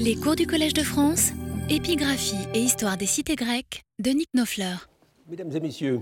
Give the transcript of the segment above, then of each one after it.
Les cours du Collège de France, épigraphie et histoire des cités grecques de Nick Knopfler. Mesdames et messieurs,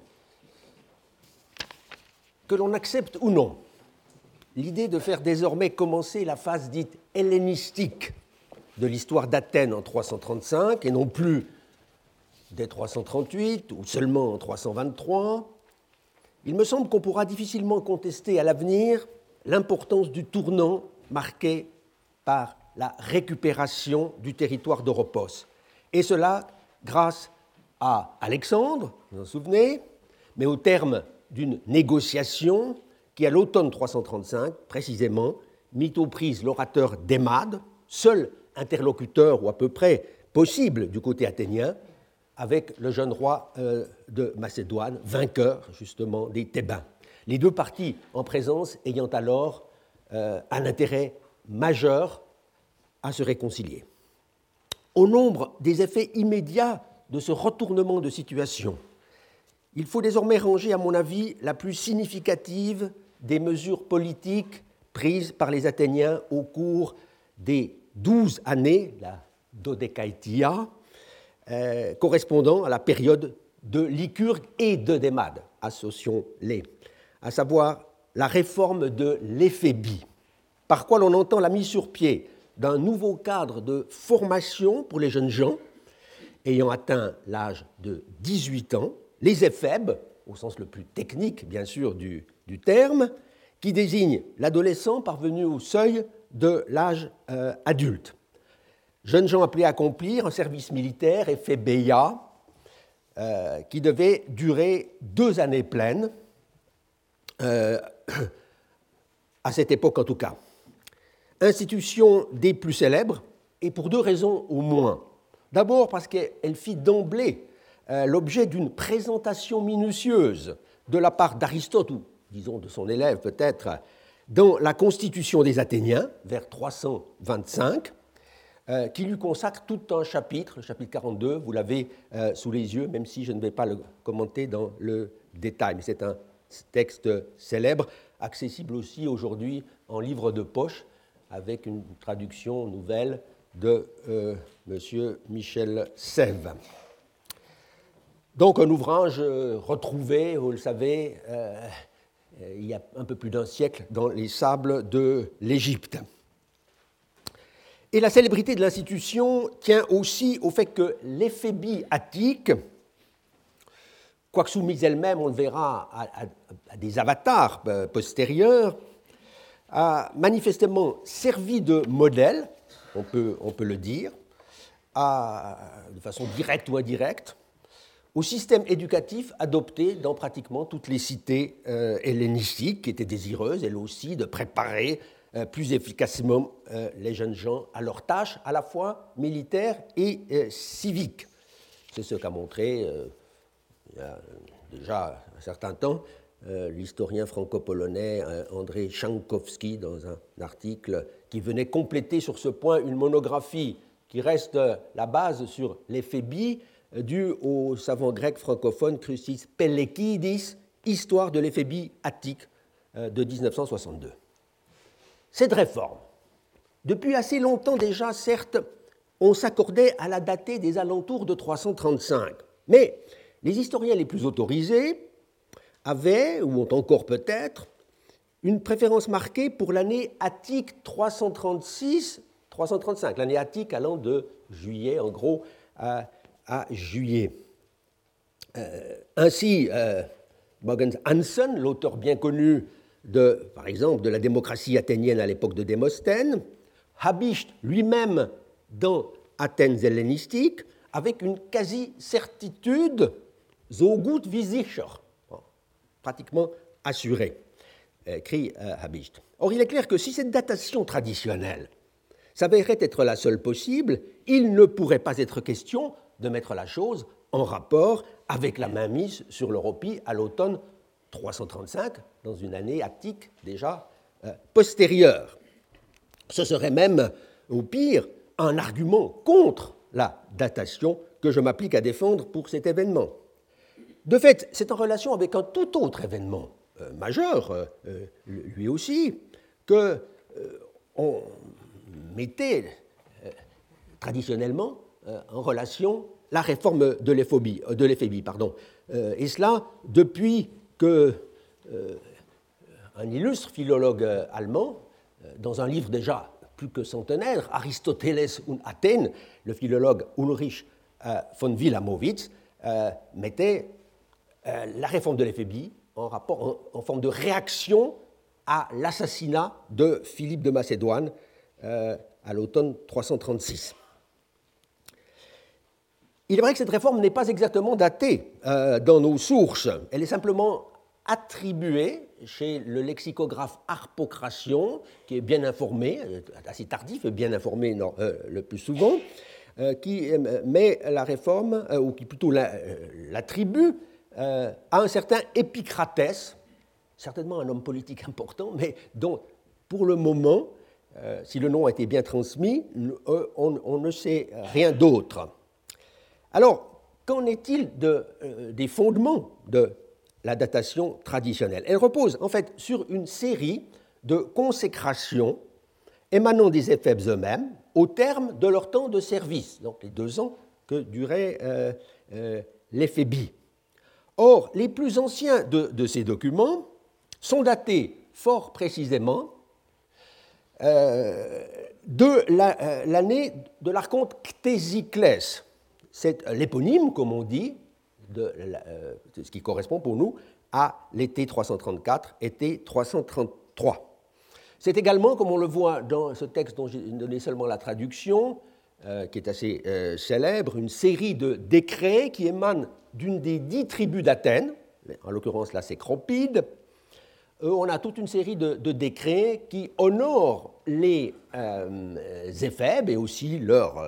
que l'on accepte ou non l'idée de faire désormais commencer la phase dite hellénistique de l'histoire d'Athènes en 335 et non plus dès 338 ou seulement en 323, il me semble qu'on pourra difficilement contester à l'avenir l'importance du tournant marqué par la récupération du territoire d'Oropos. Et cela grâce à Alexandre, vous vous en souvenez, mais au terme d'une négociation qui, à l'automne 335, précisément, mit aux prises l'orateur Démade, seul interlocuteur ou à peu près possible du côté athénien, avec le jeune roi de Macédoine, vainqueur justement des Thébains. Les deux parties en présence ayant alors un intérêt majeur à se réconcilier. Au nombre des effets immédiats de ce retournement de situation, il faut désormais ranger, à mon avis, la plus significative des mesures politiques prises par les Athéniens au cours des 12 années, la dodécaïtia, correspondant à la période de Lycurgue et de Démade, associons-les, à savoir la réforme de l'éphébie, par quoi l'on entend la mise sur pied d'un nouveau cadre de formation pour les jeunes gens ayant atteint l'âge de 18 ans, les éphèbes, au sens le plus technique, bien sûr, du terme, qui désigne l'adolescent parvenu au seuil de l'âge adulte. Jeunes gens appelés à accomplir un service militaire, éphébéia, qui devait durer 2 années pleines, à cette époque en tout cas. Institution des plus célèbres, et pour 2 raisons au moins. D'abord parce qu'elle fit d'emblée l'objet d'une présentation minutieuse de la part d'Aristote, ou disons de son élève peut-être, dans la Constitution des Athéniens, vers 325, qui lui consacre tout un chapitre, le chapitre 42, vous l'avez sous les yeux, même si je ne vais pas le commenter dans le détail, mais c'est un texte célèbre, accessible aussi aujourd'hui en livre de poche, avec une traduction nouvelle de M. Michel Sève. Donc un ouvrage retrouvé, vous le savez, il y a un peu plus d'un siècle dans les sables de l'Égypte. Et la célébrité de l'institution tient aussi au fait que l'éphébie attique, quoique soumise elle-même, on le verra, à des avatars postérieurs, a manifestement servi de modèle, on peut le dire, de façon directe ou indirecte, au système éducatif adopté dans pratiquement toutes les cités hellénistiques qui étaient désireuses, elles aussi, de préparer plus efficacement les jeunes gens à leurs tâches, à la fois militaires et civiques. C'est ce qu'a montré, il y a déjà un certain temps, l'historien franco-polonais Andrzej Szankowski dans un article qui venait compléter sur ce point une monographie qui reste la base sur l'éphébie due au savant grec francophone Chrysis Pelekidis, Histoire de l'éphébie attique de 1962. Cette réforme, depuis assez longtemps déjà, certes, on s'accordait à la dater des alentours de 335, mais les historiens les plus autorisés avaient, ou ont encore peut-être, une préférence marquée pour l'année attique 336-335, l'année attique allant de juillet, en gros, à juillet. Ainsi, Mogens Hansen, l'auteur bien connu, par exemple, de la démocratie athénienne à l'époque de Démosthène, Habicht lui-même dans Athènes hellénistique, avec une quasi-certitude, so gut wie sicher, pratiquement assurée, écrit Habicht. Or, il est clair que si cette datation traditionnelle s'avérait être la seule possible, il ne pourrait pas être question de mettre la chose en rapport avec la mainmise sur l'Europie à l'automne 335, dans une année attique déjà postérieure. Ce serait même, au pire, un argument contre la datation que je m'applique à défendre pour cet événement. De fait, c'est en relation avec un tout autre événement majeur, lui aussi, qu'on mettait traditionnellement en relation la réforme de l'Éphébie. Et cela depuis que un illustre philologue allemand, dans un livre déjà plus que centenaire, Aristoteles und Athen, le philologue Ulrich von Wilamowitz, mettait la réforme de l'Éphébie en forme de réaction à l'assassinat de Philippe de Macédoine à l'automne 336. Il est vrai que cette réforme n'est pas exactement datée dans nos sources. Elle est simplement attribuée chez le lexicographe Harpocration, qui est bien informé, assez tardif, bien informé le plus souvent, qui met la réforme, ou qui plutôt l'attribue à un certain Épicratès, certainement un homme politique important, mais dont, pour le moment, si le nom a été bien transmis, on ne sait rien d'autre. Alors, qu'en est-il des fondements de la datation traditionnelle? Elle repose en fait sur une série de consécrations émanant des éphèbes eux-mêmes au terme de leur temps de service, donc les 2 ans que durait l'éphébie. Or, les plus anciens de ces documents sont datés fort précisément de l'année de l'archonte Ctésiclès. C'est l'éponyme, comme on dit, de ce qui correspond pour nous à l'été 334, été 333. C'est également, comme on le voit dans ce texte dont j'ai donné seulement la traduction, qui est assez célèbre, une série de décrets qui émanent d'une des 10 tribus d'Athènes, en l'occurrence là c'est Cropide. On a toute une série de décrets qui honorent les éphèbes et aussi leurs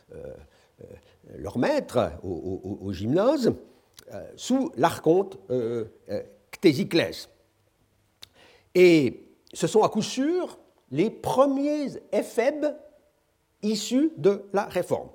maîtres au gymnase, sous l'archonte Ctésiclès. Et ce sont à coup sûr les premiers éphèbes issus de la réforme.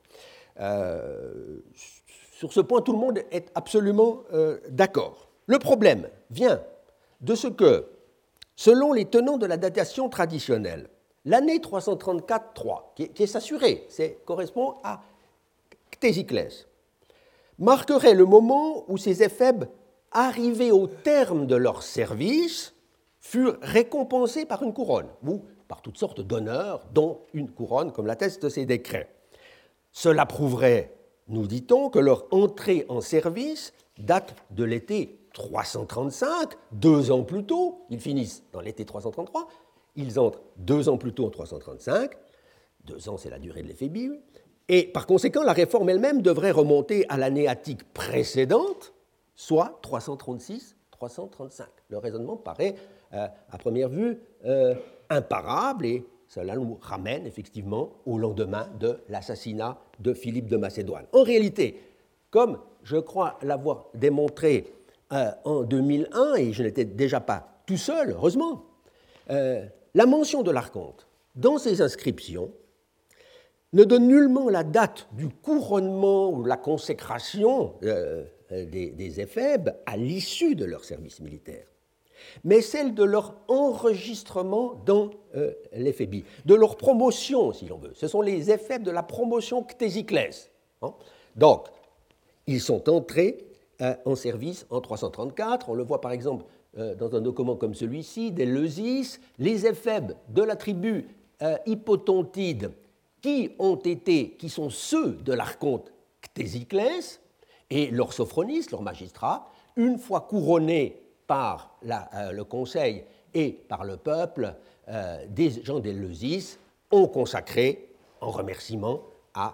Sur ce point, tout le monde est absolument d'accord. Le problème vient de ce que, selon les tenants de la datation traditionnelle, l'année 334-3, qui est s'assurée, correspond à Ctésiclès, marquerait le moment où ces éphèbes, arrivés au terme de leur service, furent récompensés par une couronne, ou par toutes sortes d'honneurs, dont une couronne, comme l'attestent ces décrets. Cela prouverait, nous dit-on, que leur entrée en service date de l'été 335, 2 ans plus tôt. Ils finissent dans l'été 333, ils entrent 2 ans plus tôt en 335, 2 ans c'est la durée de l'éphébie, et par conséquent la réforme elle-même devrait remonter à l'année attique précédente, soit 336-335. Le raisonnement paraît à première vue imparable et cela nous ramène effectivement au lendemain de l'assassinat de Philippe de Macédoine. En réalité, comme je crois l'avoir démontré en 2001, et je n'étais déjà pas tout seul, heureusement, la mention de l'archonte dans ces inscriptions ne donne nullement la date du couronnement ou de la consécration des éphèbes à l'issue de leur service militaire, mais celle de leur enregistrement dans l'éphébie, de leur promotion, si l'on veut. Ce sont les éphèbes de la promotion Ctésiclès. Donc, ils sont entrés en service en 334. On le voit par exemple dans un document comme celui-ci, d'Éleusis, les éphèbes de la tribu Hippotontide qui sont ceux de l'archonte Ctésiclès et leurs sophronistes, leurs magistrats, une fois couronnés par le conseil et par le peuple, des gens d'Éleusis ont consacré, en remerciement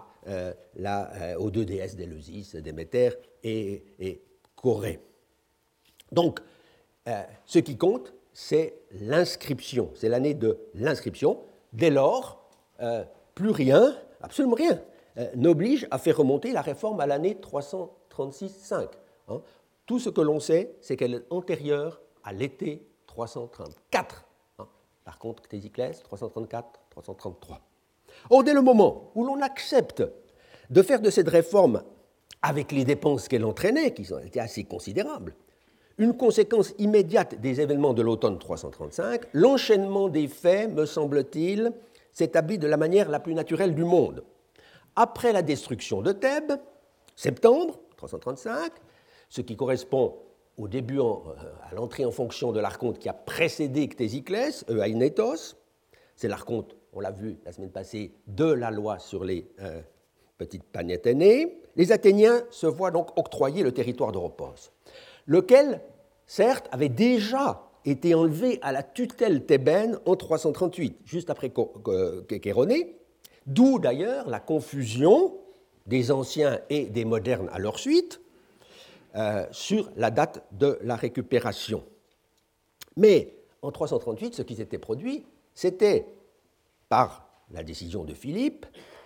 aux 2 déesses d'Éleusis, Déméter et Corée. Donc, ce qui compte, c'est l'inscription, c'est l'année de l'inscription. Dès lors, plus rien, absolument rien, n'oblige à faire remonter la réforme à l'année 336-5. Tout ce que l'on sait, c'est qu'elle est antérieure à l'été 334. Par contre, Ctésiclès, 334-333. Or, dès le moment où l'on accepte de faire de cette réforme, avec les dépenses qu'elle entraînait, qui ont été assez considérables, une conséquence immédiate des événements de l'automne 335, l'enchaînement des faits, me semble-t-il, s'établit de la manière la plus naturelle du monde. après la destruction de Thèbes, septembre 335, ce qui correspond au début, à l'entrée en fonction de l'archonte qui a précédé Ctésiclès, Euainetos. C'est l'archonte, on l'a vu la semaine passée, de la loi sur les petites Panathénées. Les Athéniens se voient donc octroyer le territoire d'Oropos, lequel, certes, avait déjà été enlevé à la tutelle thébaine en 338, juste après Chéronée, d'où d'ailleurs la confusion des anciens et des modernes à leur suite sur la date de la récupération. Mais en 338, ce qui s'était produit, c'était, par la décision de Philippe,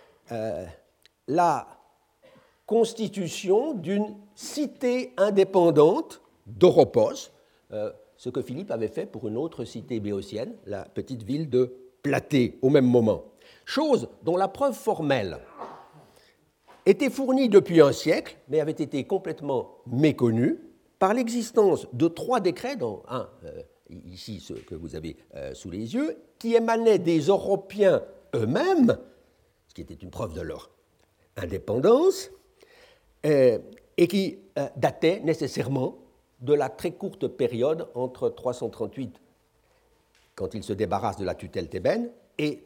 la constitution d'une cité indépendante d'Oropos, ce que Philippe avait fait pour une autre cité béotienne, la petite ville de Platée, au même moment. Chose dont la preuve formelle était fournie depuis un siècle, mais avait été complètement méconnue par l'existence de 3 décrets, dont un, ici ceux que vous avez sous les yeux, qui émanaient des Européens eux-mêmes, ce qui était une preuve de leur indépendance, et qui dataient nécessairement de la très courte période entre 338, quand ils se débarrassent de la tutelle thébaine, et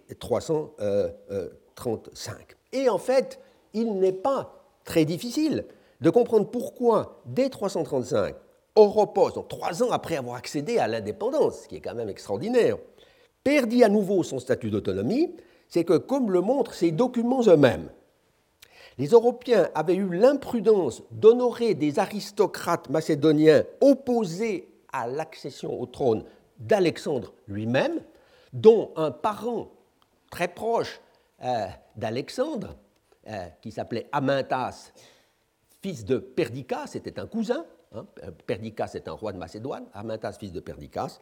335. Et en fait, il n'est pas très difficile de comprendre pourquoi, dès 335, Oropos, donc 3 ans après avoir accédé à l'indépendance, ce qui est quand même extraordinaire, perdit à nouveau son statut d'autonomie. C'est que, comme le montrent ces documents eux-mêmes, les Européens avaient eu l'imprudence d'honorer des aristocrates macédoniens opposés à l'accession au trône d'Alexandre lui-même, dont un parent très proche d'Alexandre, qui s'appelait Amyntas, fils de Perdicas, c'était un cousin. Perdicas est un roi de Macédoine, Amyntas, fils de Perdicas.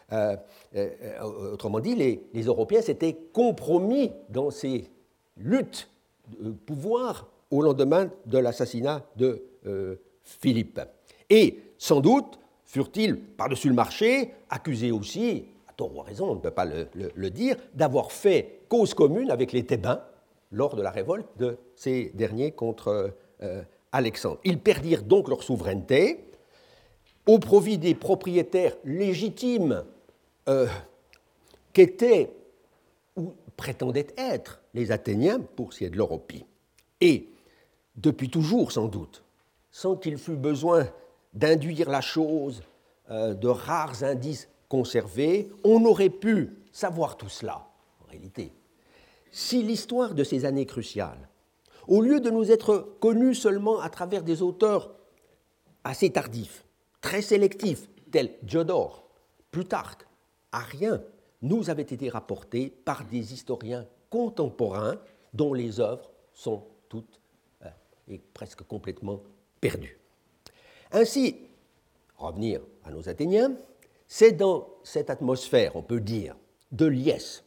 Autrement dit, les Européens s'étaient compromis dans ces luttes de pouvoir au lendemain de l'assassinat de Philippe. Et sans doute furent-ils, par-dessus le marché, accusés aussi, à tort ou à raison, on ne peut pas le dire, d'avoir fait cause commune avec les Thébains lors de la révolte de ces derniers contre Alexandre. Ils perdirent donc leur souveraineté au profit des propriétaires légitimes qu'étaient ou prétendaient être les Athéniens pour ce qui est de l'Europie. Et, depuis toujours sans doute, sans qu'il fût besoin d'induire la chose de rares indices conservés, on aurait pu savoir tout cela, en réalité, si l'histoire de ces années cruciales, au lieu de nous être connue seulement à travers des auteurs assez tardifs, très sélectifs, tels Diodore, Plutarque, Arrien, nous avait été rapportée par des historiens contemporains dont les œuvres sont toutes et presque complètement perdues. Ainsi, revenir à nos Athéniens, c'est dans cette atmosphère, on peut dire, de liesse,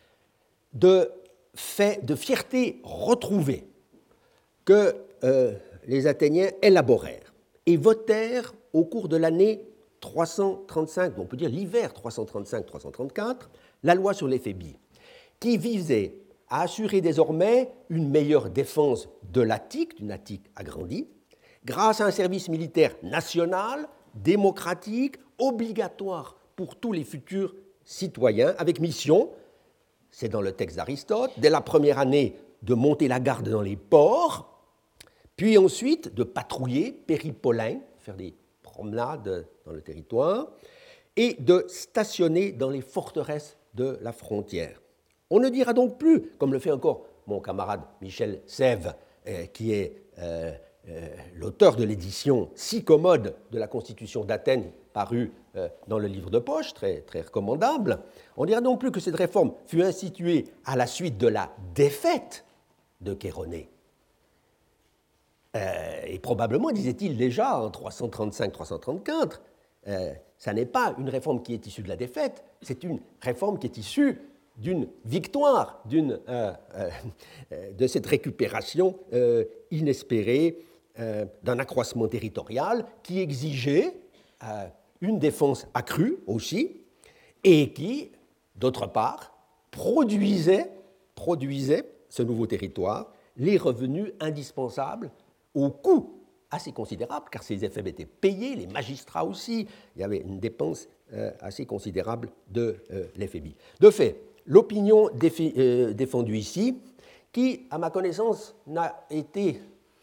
de fierté retrouvée, que les Athéniens élaborèrent et votèrent au cours de l'année 335, on peut dire l'hiver 335-334, la loi sur l'éphébi, qui visait à assurer désormais une meilleure défense de l'Attique, d'une Attique agrandie, grâce à un service militaire national, démocratique, obligatoire pour tous les futurs citoyens, avec mission, c'est dans le texte d'Aristote, dès la première année de monter la garde dans les ports, puis ensuite de patrouiller, péripolin, faire des promenades dans le territoire, et de stationner dans les forteresses de la frontière. On ne dira donc plus, comme le fait encore mon camarade Michel Sèvres, qui est l'auteur de l'édition si commode de la Constitution d'Athènes, parue dans le livre de poche, très, très recommandable, on dira non plus que cette réforme fut instituée à la suite de la défaite de Chéronée. Et probablement, disait-il déjà en 335-334, ça n'est pas une réforme qui est issue de la défaite, c'est une réforme qui est issue d'une victoire, de cette récupération inespérée d'un accroissement territorial qui exigeait une défense accrue aussi et qui, d'autre part, produisait ce nouveau territoire les revenus indispensables au coût assez considérable, car ces éphémères étaient payés, les magistrats aussi, il y avait une dépense assez considérable de l'éphémie. De fait, l'opinion défendue ici, qui, à ma connaissance, n'a été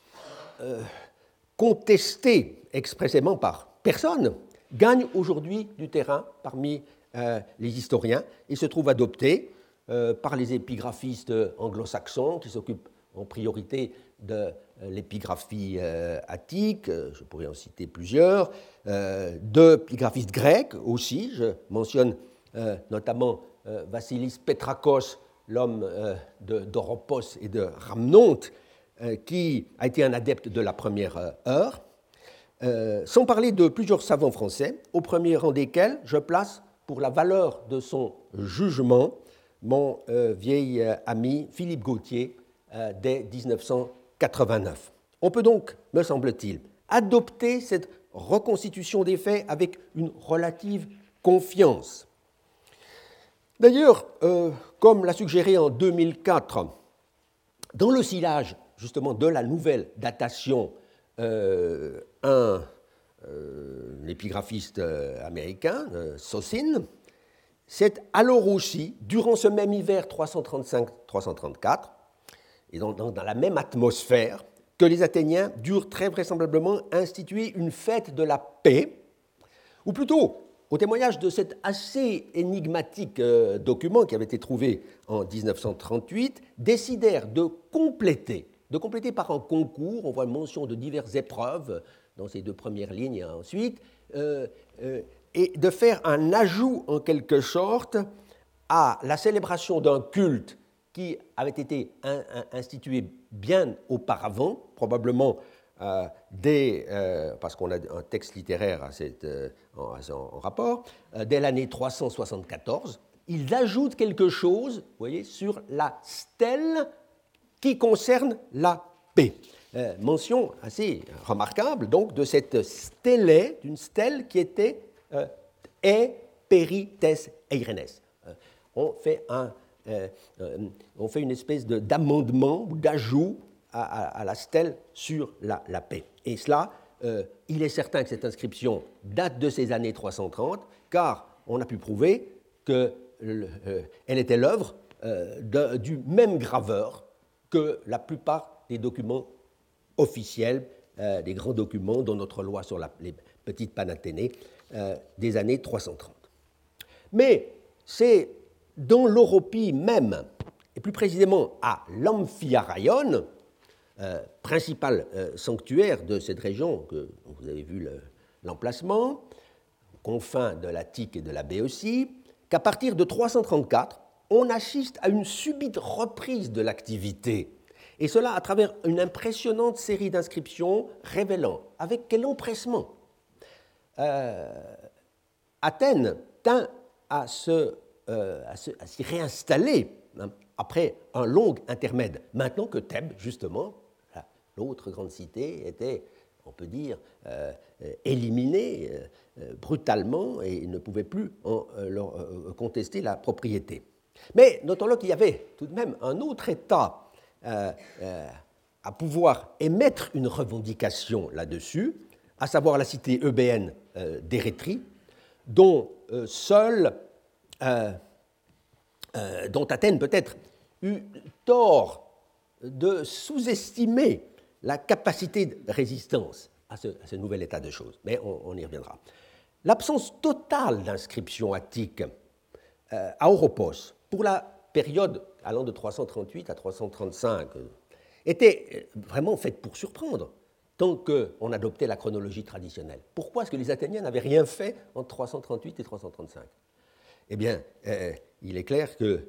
contestée expressément par personne, gagne aujourd'hui du terrain parmi les historiens et se trouve adoptée par les épigraphistes anglo-saxons qui s'occupent en priorité de l'épigraphie attique, je pourrais en citer plusieurs, d'épigraphistes grecs aussi, je mentionne notamment Vassilis Petrakos, l'homme d'Oropos et de Rhamnonte, qui a été un adepte de la première heure, sans parler de plusieurs savants français, au premier rang desquels je place, pour la valeur de son jugement, mon vieil ami Philippe Gautier, dès 1989. On peut donc, me semble-t-il, adopter cette reconstitution des faits avec une relative confiance. D'ailleurs, comme l'a suggéré en 2004, dans le sillage justement de la nouvelle datation, l'épigraphiste américain, Saucine, c'est alors aussi, durant ce même hiver 335-334, et dans la même atmosphère, que les Athéniens durent très vraisemblablement instituer une fête de la paix, ou plutôt, au témoignage de cet assez énigmatique document qui avait été trouvé en 1938, décidèrent de compléter par un concours, on voit une mention de diverses épreuves dans ces deux premières lignes et ensuite, et de faire un ajout en quelque sorte à la célébration d'un culte qui avait été institué bien auparavant, probablement parce qu'on a un texte littéraire en rapport, dès l'année 374, ils ajoutent quelque chose, vous voyez, sur la stèle qui concerne la paix. Mention assez remarquable donc de cette stèle, d'une stèle qui était e perites eirenes. On fait une espèce d'amendement ou d'ajout à la stèle sur la paix. Et cela, il est certain que cette inscription date de ces années 330, car on a pu prouver qu'elle était l'œuvre du même graveur que la plupart des documents officiels, des grands documents dont notre loi sur les petites Panathénées des années 330. Mais c'est dans l'Europie même, et plus précisément à l'Amphiaraïon, principal sanctuaire de cette région, que vous avez vu l'emplacement, confins de l'Attique et de la Béotie, qu'à partir de 334, on assiste à une subite reprise de l'activité, et cela à travers une impressionnante série d'inscriptions révélant avec quel empressement Athènes tint à s'y réinstaller après un long intermède, maintenant que Thèbes, justement, l'autre grande cité, était, on peut dire, éliminée brutalement et ne pouvait plus leur contester la propriété. Mais notons-le qu'il y avait tout de même un autre État à pouvoir émettre une revendication là-dessus, à savoir la cité eubéenne d'Érétrie, dont dont Athènes peut-être eut tort de sous-estimer la capacité de résistance à ce nouvel état de choses. Mais on y reviendra. L'absence totale d'inscription attique à Oropos pour la période allant de 338 à 335 était vraiment faite pour surprendre, tant qu'on adoptait la chronologie traditionnelle. Pourquoi est-ce que les Athéniens n'avaient rien fait entre 338 et 335 ? Eh bien, il est clair qu'on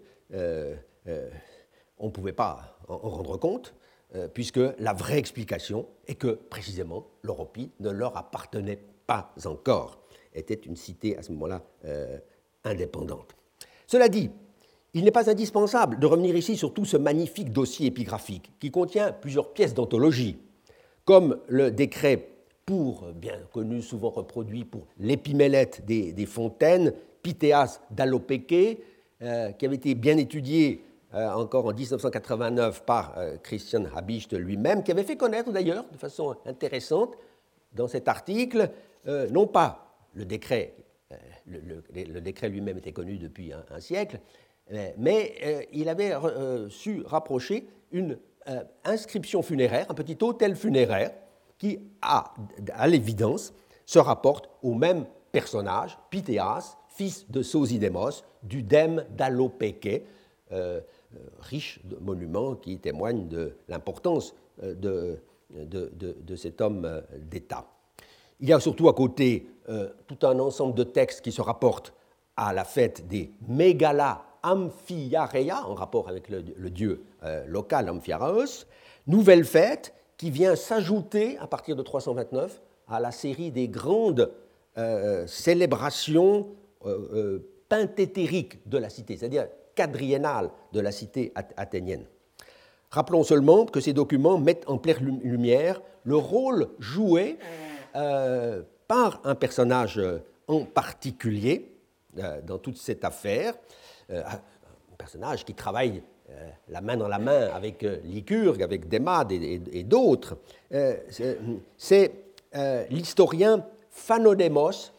ne pouvait pas en rendre compte, puisque la vraie explication est que, précisément, l'Europie ne leur appartenait pas encore, était une cité à ce moment-là indépendante. Cela dit, il n'est pas indispensable de revenir ici sur tout ce magnifique dossier épigraphique qui contient plusieurs pièces d'anthologie, comme le décret bien connu, souvent reproduit pour l'épimélète des fontaines, Pythéas d'Allopéké, qui avait été bien étudié encore en 1989 par Christian Habicht lui-même, qui avait fait connaître d'ailleurs de façon intéressante dans cet article, non pas le décret, le décret lui-même était connu depuis un siècle, mais il avait su rapprocher une inscription funéraire, un petit autel funéraire, qui, à l'évidence, se rapporte au même personnage, Pythéas, fils de Sosydémos, du dème d'Allopéké, riche de monuments qui témoignent de l'importance de cet homme d'État. Il y a surtout à côté tout un ensemble de textes qui se rapportent à la fête des Mégala Amphiareia, en rapport avec le dieu local Amphiaraos, nouvelle fête qui vient s'ajouter à partir de 329 à la série des grandes célébrations penthétériques de la cité, c'est-à-dire quadriennales de la cité athénienne. Rappelons seulement que ces documents mettent en pleine lumière le rôle joué par un personnage en particulier dans toute cette affaire, un personnage qui travaille la main dans la main avec Lycurgue, avec Démade et d'autres. C'est l'historien Phanodémos,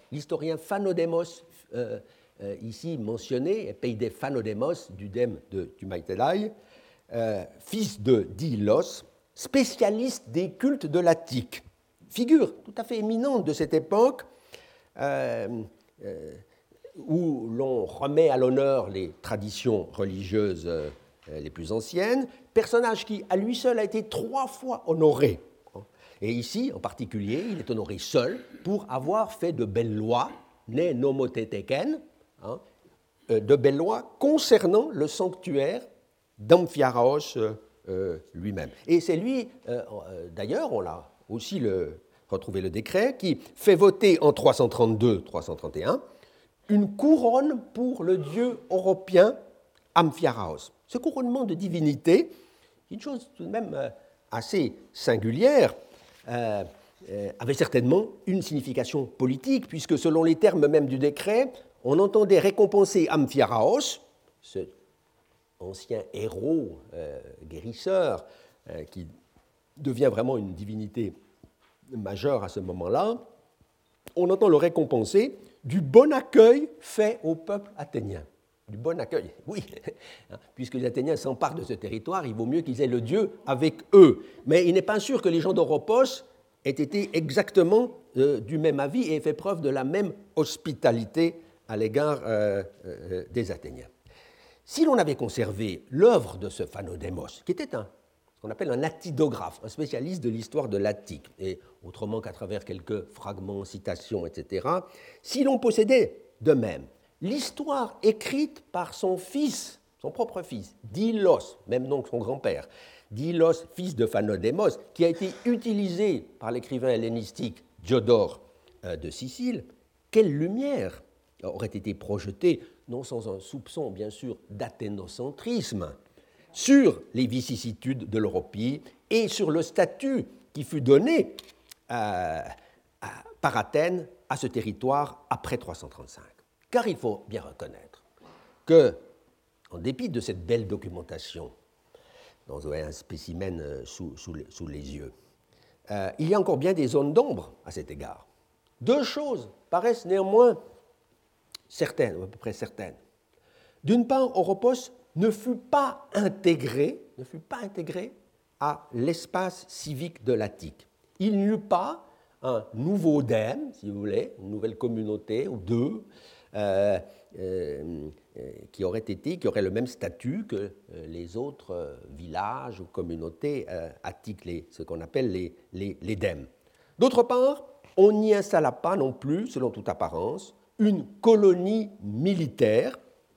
ici mentionné, Peidé Phanodémos du dème du Maïtélai, fils de Dilos, spécialiste des cultes de l'Attique, figure tout à fait éminente de cette époque, où l'on remet à l'honneur les traditions religieuses les plus anciennes, personnage qui, à lui seul, a été 3 fois honoré. Et ici, en particulier, il est honoré seul pour avoir fait de belles lois, né nomotéteken, de belles lois concernant le sanctuaire d'Amphiaraos lui-même. Et c'est lui, d'ailleurs, on l'a aussi retrouvé le décret, qui fait voter en 332-331 une couronne pour le dieu européen Amphiaraos. Ce couronnement de divinité, une chose tout de même assez singulière, avait certainement une signification politique, puisque selon les termes même du décret, on entendait récompenser Amphiaraos, ce ancien héros guérisseur qui devient vraiment une divinité majeure à ce moment-là, on entend le récompenser du bon accueil fait au peuple athénien. Du bon accueil, oui, puisque les Athéniens s'emparent de ce territoire, il vaut mieux qu'ils aient le dieu avec eux. Mais il n'est pas sûr que les gens d'Oropos aient été exactement du même avis et aient fait preuve de la même hospitalité à l'égard des Athéniens. Si l'on avait conservé l'œuvre de ce Phanodémos, qui était ce qu'on appelle un attidographe, un spécialiste de l'histoire de l'Attique, et autrement qu'à travers quelques fragments, citations, etc., si l'on possédait de même l'histoire écrite par son fils, son propre fils, Dilos, même nom que son grand-père, Dilos, fils de Phanodémos, qui a été utilisé par l'écrivain hellénistique Diodore de Sicile, quelle lumière aurait été projetée, non sans un soupçon, bien sûr, d'athénocentrisme, sur les vicissitudes de l'Europie et sur le statut qui fut donné par Athènes à ce territoire après 335. Car il faut bien reconnaître que, en dépit de cette belle documentation, dont vous avez un spécimen sous les yeux, il y a encore bien des zones d'ombre à cet égard. 2 choses paraissent néanmoins certaines, ou à peu près certaines. D'une part, Oropos ne fut pas intégré à l'espace civique de l'Attique. Il n'y eut pas un nouveau dème, si vous voulez, une nouvelle communauté, ou 2, qui auraient le même statut que les autres villages ou communautés attiques, ce qu'on appelle les dèmes. D'autre part, on n'y installa pas non plus, selon toute apparence, une colonie militaire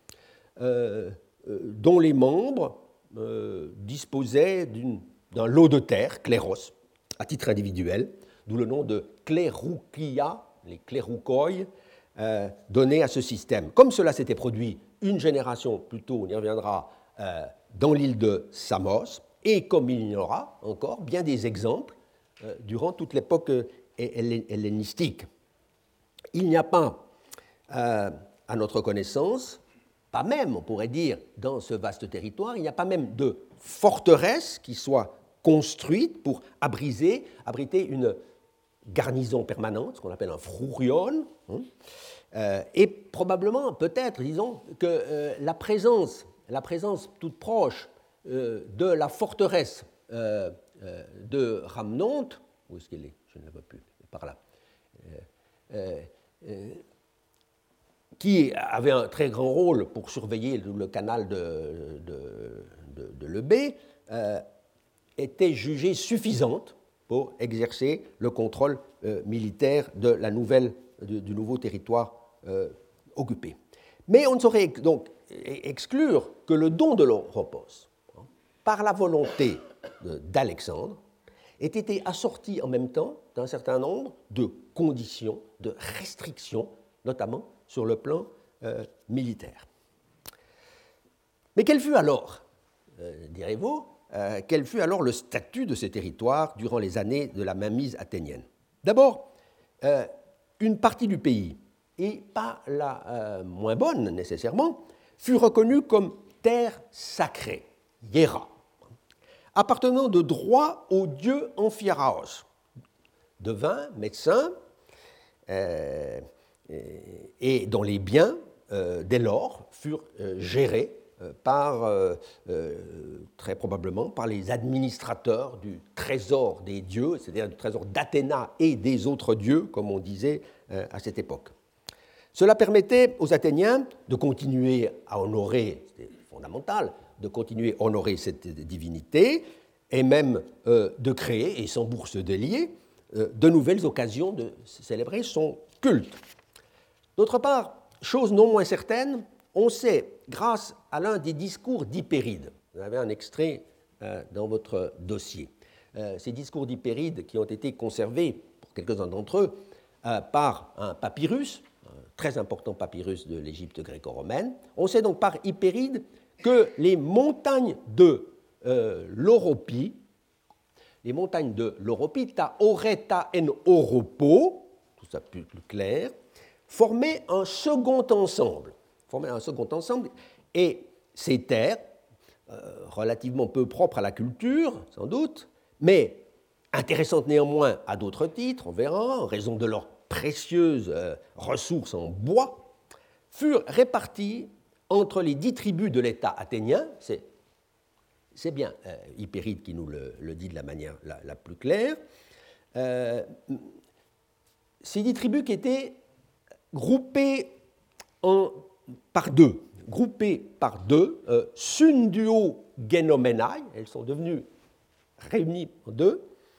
dont les membres disposaient d'un lot de terre, kléros, à titre individuel, d'où le nom de kléroukia, les kléroukoi, donné à ce système. Comme cela s'était produit une génération plus tôt, on y reviendra, dans l'île de Samos, et comme il y aura encore bien des exemples durant toute l'époque hellénistique. Il n'y a pas, à notre connaissance, pas même, on pourrait dire, dans ce vaste territoire, il n'y a pas même de forteresse qui soit construite pour abriter une garnison permanente, ce qu'on appelle un frurion, et probablement, peut-être, disons, que la présence toute proche de la forteresse de Ramnonte, où est-ce qu'elle est? Je ne la vois plus, par là, qui avait un très grand rôle pour surveiller le canal de Lebé, était jugée suffisante pour exercer le contrôle militaire du nouveau territoire occupé. Mais on ne saurait donc exclure que le don de l'Oropos, par la volonté d'Alexandre, ait été assorti en même temps d'un certain nombre de conditions, de restrictions, notamment sur le plan militaire. Mais quel fut alors, direz-vous, quel fut alors le statut de ces territoires durant les années de la mainmise athénienne? D'abord, une partie du pays, et pas la moins bonne nécessairement, fut reconnue comme terre sacrée, hiera, appartenant de droit au dieu Amphiaraos, devin, médecin, et dont les biens, dès lors, furent gérés très probablement par les administrateurs du trésor des dieux, c'est-à-dire du trésor d'Athéna et des autres dieux, comme on disait à cette époque. Cela permettait aux Athéniens de continuer à honorer, c'était fondamental, de continuer à honorer cette divinité et même de créer, et sans bourse déliée, de nouvelles occasions de célébrer son culte. D'autre part, chose non moins certaine, on sait, grâce à l'un des discours d'Hypéride, vous avez un extrait dans votre dossier, ces discours d'Hypéride qui ont été conservés, pour quelques-uns d'entre eux, par un papyrus, un très important papyrus de l'Égypte gréco-romaine. On sait donc par Hypéride que les montagnes de l'Oropie, ta Oreta en Oropo, tout ça plus clair, formaient un second ensemble. Et ces terres, relativement peu propres à la culture, sans doute, mais intéressantes néanmoins à d'autres titres, on verra, en raison de leurs précieuses ressources en bois, furent réparties entre les 10 tribus de l'État athénien. C'est bien Hypéride qui nous le dit de la manière la plus claire. Ces 10 tribus qui étaient groupées par deux, sunduo genomenai, elles sont devenues réunies en deux,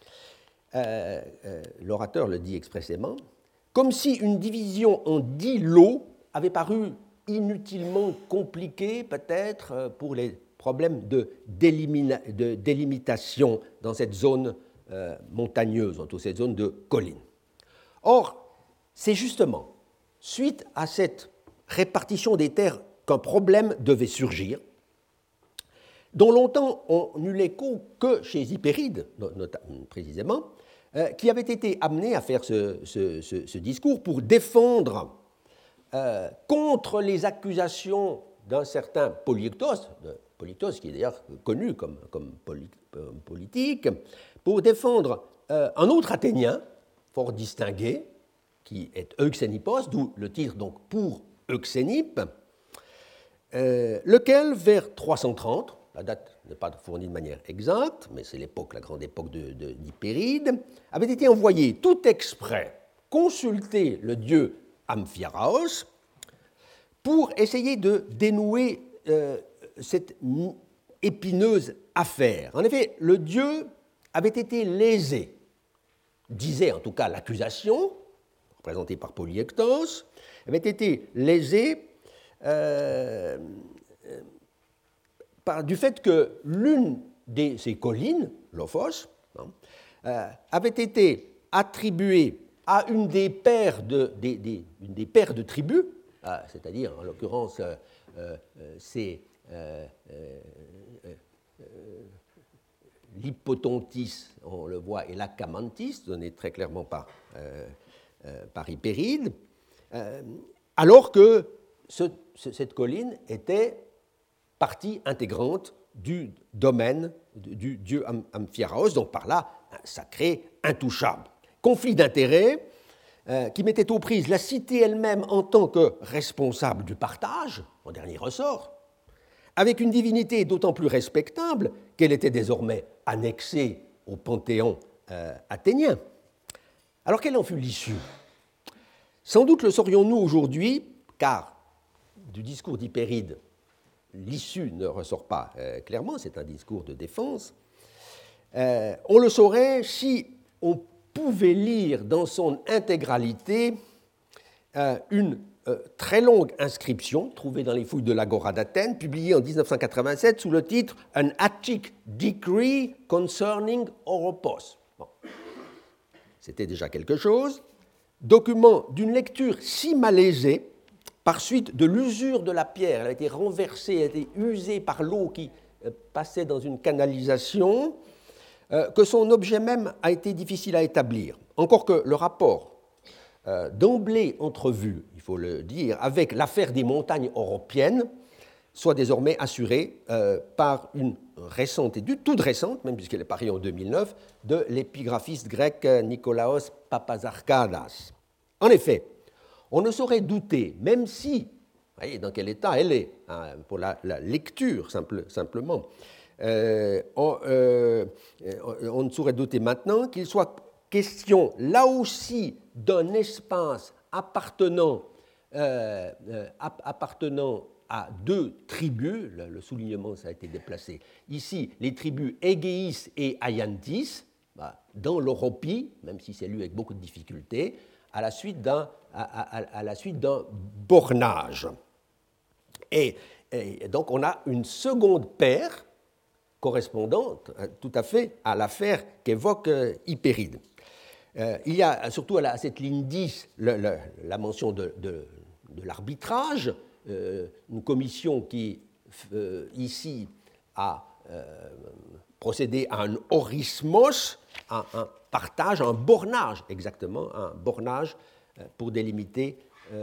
l'orateur le dit expressément, comme si une division en 10 lots avait paru inutilement compliquée peut-être pour les problèmes de délimitation dans cette zone montagneuse, dans toute cette zone de collines. Or, c'est justement suite à cette répartition des terres qu'un problème devait surgir, dont longtemps on n'eut l'écho que chez Hypéride, précisément, qui avait été amené à faire ce discours pour défendre contre les accusations d'un certain Polyectos qui est d'ailleurs connu comme politique, pour défendre un autre Athénien, fort distingué, qui est Euxénipos, d'où le titre donc pour Euxénipe, lequel, vers 330, la date n'est pas fournie de manière exacte, mais c'est la grande époque d'Hypéride, avait été envoyé tout exprès consulter le dieu Amphiaraos pour essayer de dénouer cette épineuse affaire. En effet, le dieu avait été lésé, disait en tout cas l'accusation, représentée par Polyectos, avait été lésé du fait que l'une de ces collines, Lophos, avait été attribuée à une des paires de tribus, c'est-à-dire en l'occurrence c'est l'Hippotontis, on le voit, et l'Acamantis, donné très clairement par Hypéride, alors que cette colline était partie intégrante du domaine du dieu Amphiaraos, donc par là un sacré intouchable. Conflit d'intérêts qui mettait aux prises la cité elle-même en tant que responsable du partage, en dernier ressort, avec une divinité d'autant plus respectable qu'elle était désormais annexée au panthéon athénien. Alors quelle en fut l'issue? Sans doute le saurions-nous aujourd'hui, car du discours d'Hypéride, l'issue ne ressort pas clairement, c'est un discours de défense. On le saurait si on pouvait lire dans son intégralité une très longue inscription trouvée dans les fouilles de l'Agora d'Athènes, publiée en 1987 sous le titre « An Attic Decree Concerning Oropos ». Bon. C'était déjà quelque chose. Document d'une lecture si malaisée, par suite de l'usure de la pierre, elle a été renversée, elle a été usée par l'eau qui passait dans une canalisation, que son objet même a été difficile à établir. Encore que le rapport d'emblée entrevu, il faut le dire, avec l'affaire des montagnes européennes, soit désormais assuré par une récente étude, toute récente, même puisqu'elle est parue en 2009, de l'épigraphiste grec Nikolaos Papazarkadas. En effet, on ne saurait douter, même si, vous voyez dans quel état elle est, hein, pour la lecture simplement, on ne saurait douter maintenant qu'il soit question là aussi d'un espace appartenant à deux tribus, le soulignement ça a été déplacé, ici les tribus Égéis et Aiantis, dans l'Oropie, même si c'est lu avec beaucoup de difficultés, à la suite d'un bornage. Et donc on a une seconde paire correspondante tout à fait à l'affaire qu'évoque Hypéride. Il y a surtout à cette ligne 10 la mention de l'arbitrage, une commission qui ici a procédé à un orismos, à un partage, un bornage exactement, un bornage pour délimiter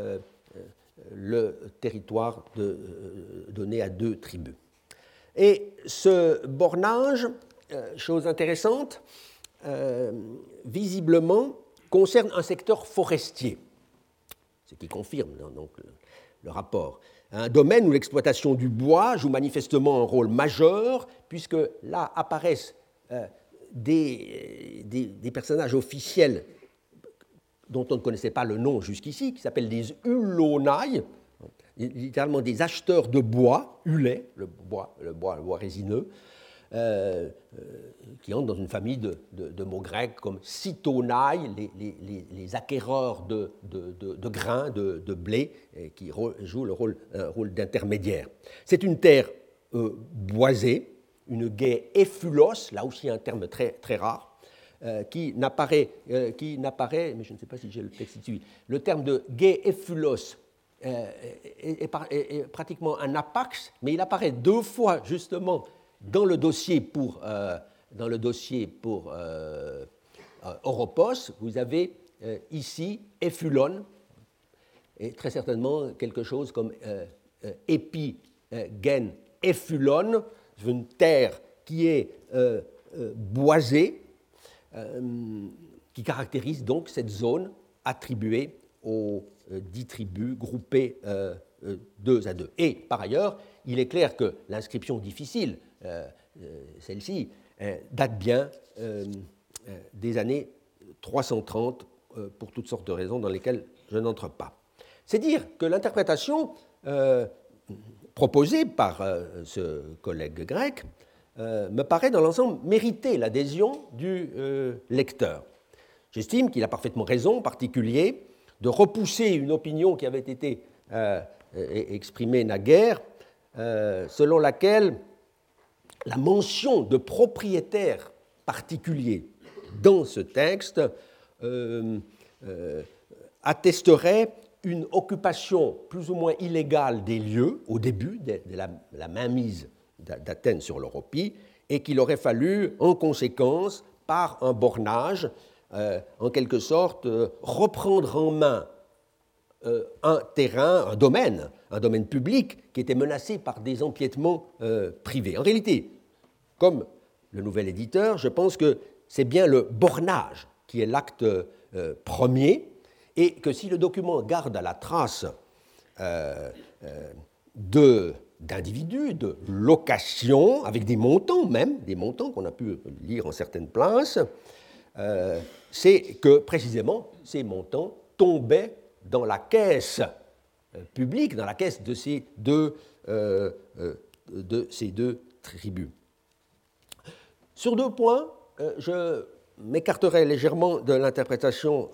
le territoire donné à deux tribus. Et ce bornage, chose intéressante, visiblement concerne un secteur forestier, ce qui confirme donc le rapport. Un domaine où l'exploitation du bois joue manifestement un rôle majeur, puisque là apparaissent des personnages officiels dont on ne connaissait pas le nom jusqu'ici, qui s'appellent des Ulonai, littéralement des acheteurs de bois, ulais, le bois résineux, qui entrent dans une famille de mots grecs comme cytonai, les acquéreurs de grains, de blé, qui jouent un rôle d'intermédiaire. C'est une terre boisée, une gaie éphulos, là aussi un terme très, très rare, qui n'apparaît, mais je ne sais pas si j'ai le texte ici, le terme de gaie éphulos est pratiquement un apax, mais il apparaît deux fois justement dans le dossier pour Oropos. Vous avez ici Ephulon, et très certainement quelque chose comme épigen Ephulon, une terre qui est boisée, qui caractérise donc cette zone attribuée aux 10 tribus groupées 2 à 2. Et par ailleurs, il est clair que l'inscription difficile, celle-ci, date bien des années 330 pour toutes sortes de raisons dans lesquelles je n'entre pas. C'est dire que l'interprétation proposée par ce collègue grec me paraît dans l'ensemble mériter l'adhésion du lecteur. J'estime qu'il a parfaitement raison, en particulier, de repousser une opinion qui avait été exprimée naguère, selon laquelle la mention de propriétaires particuliers dans ce texte attesterait une occupation plus ou moins illégale des lieux au début de la mainmise d'Athènes sur l'Oropie, et qu'il aurait fallu, en conséquence, par un bornage, en quelque sorte, reprendre en main un terrain, un domaine public qui était menacé par des empiètements privés. En réalité, comme le nouvel éditeur, je pense que c'est bien le bornage qui est l'acte premier, et que si le document garde la trace d'individus, de locations, avec des montants même, des montants qu'on a pu lire en certaines places, c'est que précisément ces montants tombaient dans la caisse publique, dans la caisse de ces deux tribus. Sur deux points, je m'écarterai légèrement de l'interprétation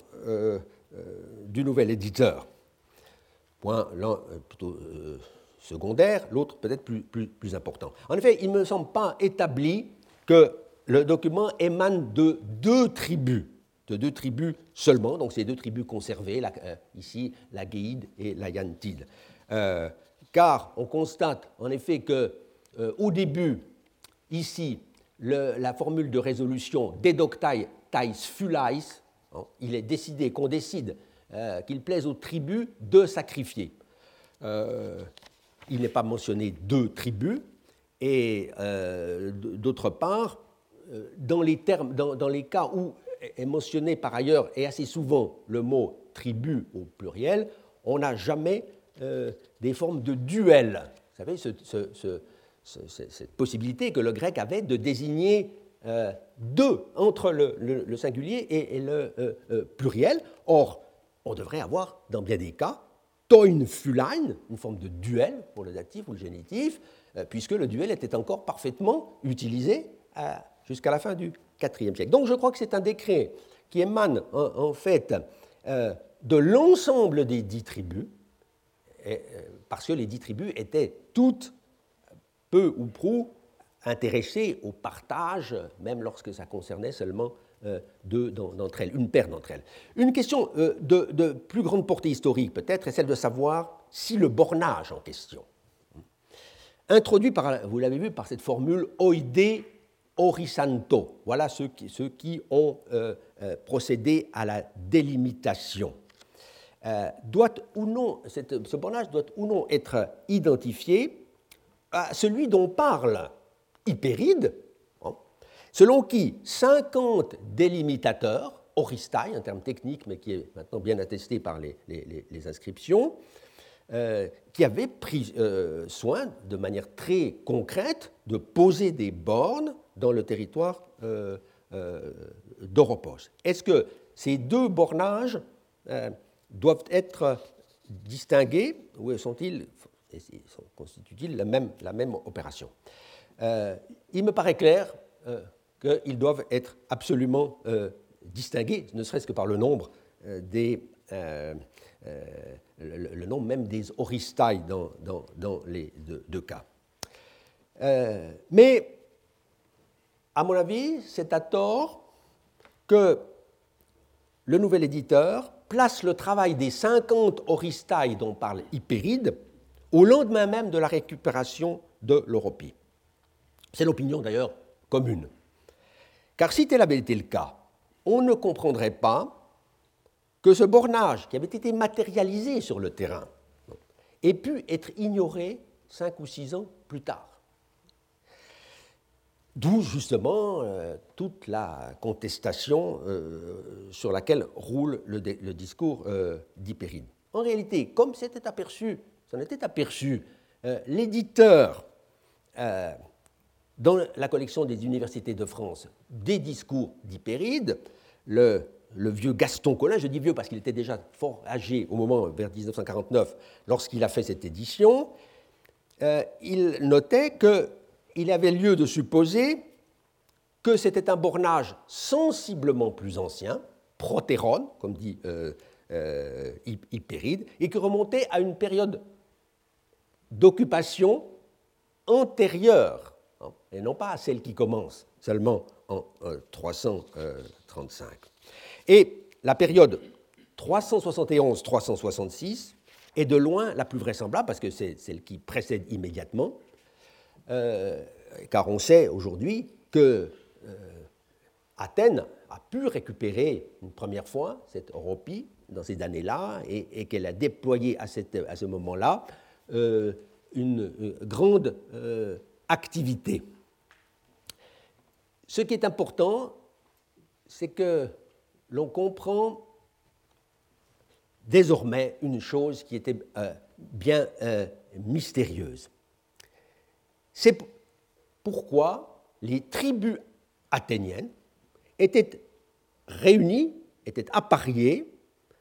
du nouvel éditeur. Point l'un plutôt secondaire, l'autre peut-être plus important. En effet, il ne me semble pas établi que le document émane de deux tribus seulement, donc ces deux tribus conservées, ici la Géide et la Yantide. Car on constate en effet qu'au début, ici, la formule de résolution Dedoctai tais fulais, qu'on décide qu'il plaise aux tribus de sacrifier. Il n'est pas mentionné deux tribus, et d'autre part, dans les cas où est mentionné par ailleurs, et assez souvent, le mot tribu au pluriel, on n'a jamais des formes de duel. Vous savez, cette possibilité que le grec avait de désigner deux entre le singulier et le pluriel. Or, on devrait avoir, dans bien des cas, toin fulein, une forme de duel pour le datif ou le génitif, puisque le duel était encore parfaitement utilisé jusqu'à la fin du IVe siècle. Donc je crois que c'est un décret qui émane en fait de l'ensemble des 10 tribus, parce que les 10 tribus étaient toutes, peu ou prou, intéressées au partage, même lorsque ça concernait seulement deux d'entre elles, une paire d'entre elles. Une question de plus grande portée historique peut-être est celle de savoir si le bornage en question, introduit vous l'avez vu, par cette formule oide orisanto, voilà ceux qui ont procédé à la délimitation. Doit ou non, ce bornage doit ou non être identifié à celui dont parle Hypéride, selon qui 50 délimitateurs, oristai, un terme technique mais qui est maintenant bien attesté par les inscriptions, qui avaient pris soin de manière très concrète de poser des bornes dans le territoire d'Oropos. Est-ce que ces deux bornages doivent être distingués ou constituent-ils la même opération? Il me paraît clair qu'ils doivent être absolument distingués, ne serait-ce que par le nombre le nombre même des oristai dans les deux cas. Mais, à mon avis, c'est à tort que le nouvel éditeur place le travail des 50 oristai dont parle Hypéride au lendemain même de la récupération de l'Europie. C'est l'opinion d'ailleurs commune. Car si tel avait été le cas, on ne comprendrait pas que ce bornage qui avait été matérialisé sur le terrain ait pu être ignoré 5 ou 6 ans plus tard. D'où justement toute la contestation sur laquelle roule le discours d'Hypéride. En réalité, comme s'en était aperçu l'éditeur dans la collection des universités de France des discours d'Hypéride, le vieux Gaston Collin, je dis vieux parce qu'il était déjà fort âgé au moment, vers 1949, lorsqu'il a fait cette édition, il notait qu'il avait lieu de supposer que c'était un bornage sensiblement plus ancien, protéron, comme dit Hypéride, et qui remontait à une période d'occupation antérieure, et non pas à celle qui commence seulement en 335. Et la période 371-366 est de loin la plus vraisemblable, parce que c'est celle qui précède immédiatement, car on sait aujourd'hui que Athènes a pu récupérer une première fois cette Europie dans ces années-là et qu'elle a déployé à ce moment-là une grande activité. Ce qui est important, c'est que l'on comprend désormais une chose qui était bien mystérieuse. C'est pourquoi les tribus athéniennes étaient réunies, étaient appariées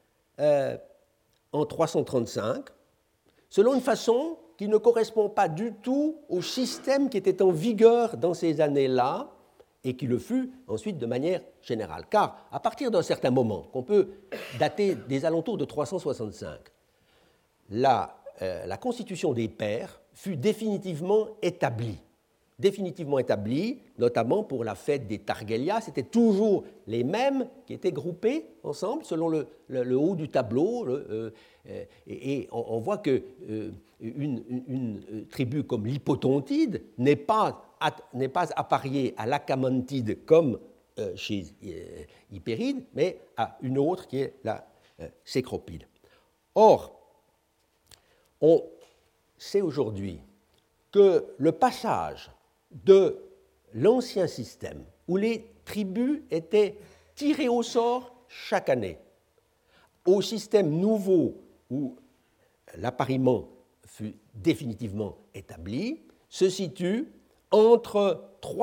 en 335, selon une façon qui ne correspond pas du tout au système qui était en vigueur dans ces années-là et qui le fut ensuite de manière générale. Car à partir d'un certain moment, qu'on peut dater des alentours de 365, la constitution des pairs fut définitivement établie, notamment pour la fête des Thargelia. C'était toujours les mêmes qui étaient groupés ensemble selon le haut du tableau. Et on voit qu'une tribu comme l'Hypotontide n'est pas appariée à l'Achamontide comme chez Hypéride, mais à une autre qui est la Cécropide. Or, on sait aujourd'hui que le passage de l'ancien système, où les tribus étaient tirées au sort chaque année, au système nouveau où l'appariement fut définitivement établi, se situe entre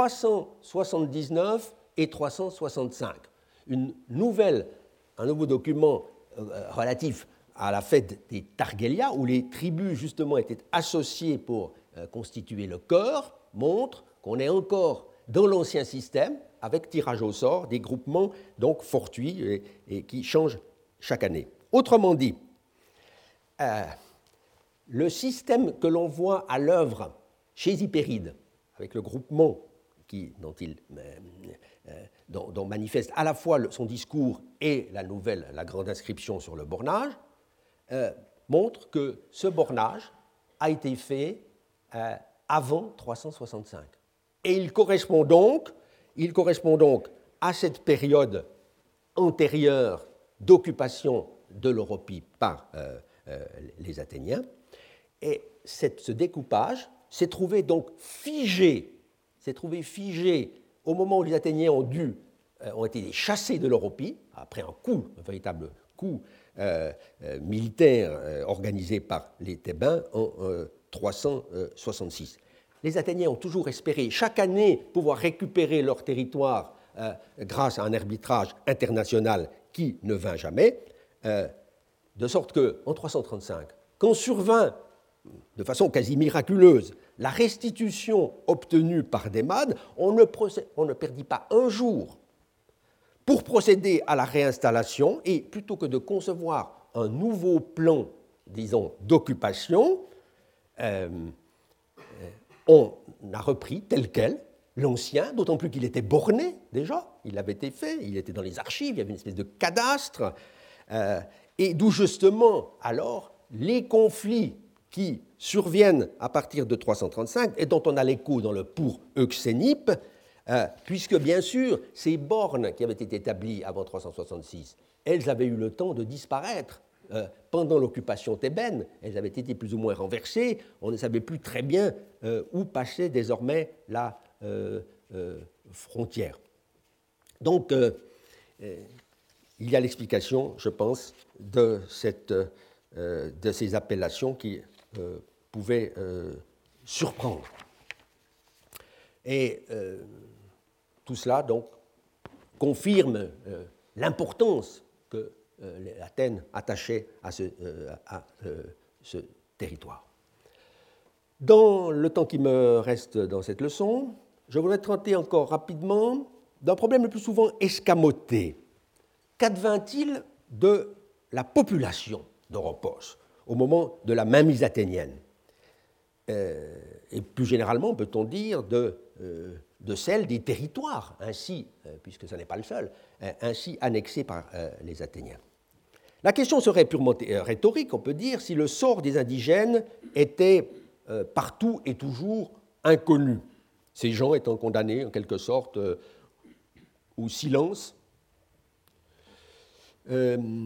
379 et 365. Un nouveau document relatif à la fête des Thargelia, où les tribus justement étaient associées pour constituer le corps, montre qu'on est encore dans l'ancien système, avec tirage au sort, des groupements donc fortuits et qui changent chaque année. Autrement dit, le système que l'on voit à l'œuvre chez Hypéride, avec le groupement dont manifeste à la fois son discours et la grande inscription sur le bornage, montre que ce bornage a été fait avant 365. Et il correspond donc à cette période antérieure d'occupation de l'Europie par les Athéniens. Et ce découpage s'est trouvé donc figé au moment où les Athéniens ont été chassés de l'Europie, après un véritable coup militaire organisé par les Thébains en 366. Les Athéniens ont toujours espéré chaque année pouvoir récupérer leur territoire grâce à un arbitrage international qui ne vint jamais, de sorte qu'en 335, quand survint de façon quasi miraculeuse la restitution obtenue par Démade, on ne perdit pas un jour pour procéder à la réinstallation, et plutôt que de concevoir un nouveau plan, disons, d'occupation, on a repris tel quel l'ancien, d'autant plus qu'il était borné déjà, il avait été fait, il était dans les archives, il y avait une espèce de cadastre, et d'où justement alors les conflits qui surviennent à partir de 335 et dont on a l'écho dans le pour Euxénippe, puisque bien sûr ces bornes qui avaient été établies avant 366, elles avaient eu le temps de disparaître pendant l'occupation thébaine, elles avaient été plus ou moins renversées, on ne savait plus très bien où passait désormais la frontière. Donc il y a l'explication, je pense, de ces appellations qui pouvaient surprendre. Et tout cela, donc, confirme l'importance que Athènes attachait à ce territoire. Dans le temps qui me reste dans cette leçon, je voudrais traiter encore rapidement d'un problème le plus souvent escamoté. Qu'advint-il de la population d'Oropos au moment de la mainmise athénienne? Et plus généralement, peut-on dire, de celle des territoires, ainsi, puisque ce n'est pas le seul, ainsi annexés par les Athéniens. La question serait purement rhétorique, on peut dire, si le sort des indigènes était partout et toujours inconnu, ces gens étant condamnés en quelque sorte au silence.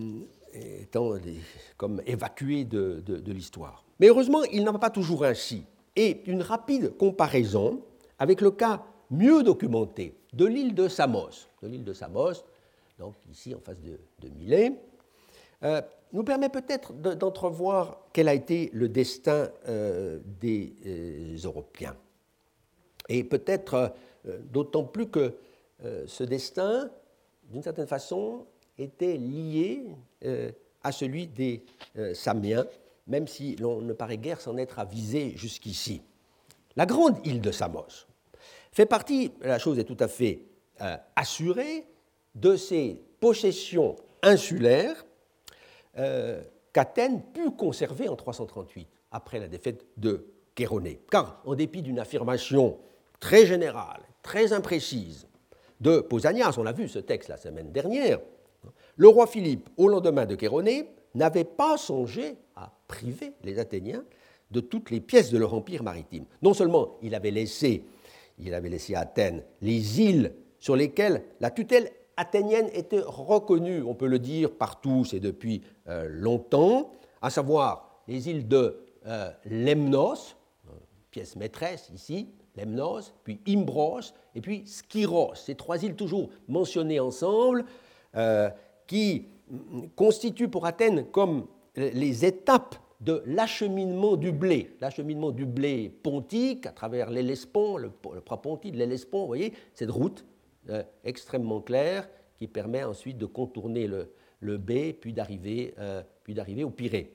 étant comme évacués de l'histoire. Mais heureusement, il n'en va pas toujours ainsi. Et une rapide comparaison avec le cas mieux documenté de l'île de Samos, donc ici en face de Milet, nous permet peut-être d'entrevoir quel a été le destin des Européens. Et peut-être d'autant plus que ce destin, d'une certaine façon, était lié à celui des Samiens, même si l'on ne paraît guère s'en être avisé jusqu'ici. La grande île de Samos fait partie, la chose est tout à fait assurée, de ces possessions insulaires qu'Athènes put conserver en 338, après la défaite de Chéronée. Car, en dépit d'une affirmation très générale, très imprécise de Pausanias, on a vu ce texte la semaine dernière, le roi Philippe, au lendemain de Chéronée, n'avait pas songé à priver les Athéniens de toutes les pièces de leur empire maritime. Non seulement il avait laissé à Athènes les îles sur lesquelles la tutelle athénienne était reconnue, on peut le dire, par tous et depuis longtemps, à savoir les îles de Lemnos, pièce maîtresse ici, Lemnos, puis Imbros, et puis Skyros, ces trois îles toujours mentionnées ensemble, qui constituent pour Athènes comme les étapes de l'acheminement du blé pontique à travers l'Hellespont, le prapontie de l'Hellespont, vous voyez, cette route extrêmement claire qui permet ensuite de contourner le Bé, puis d'arriver au Pirée.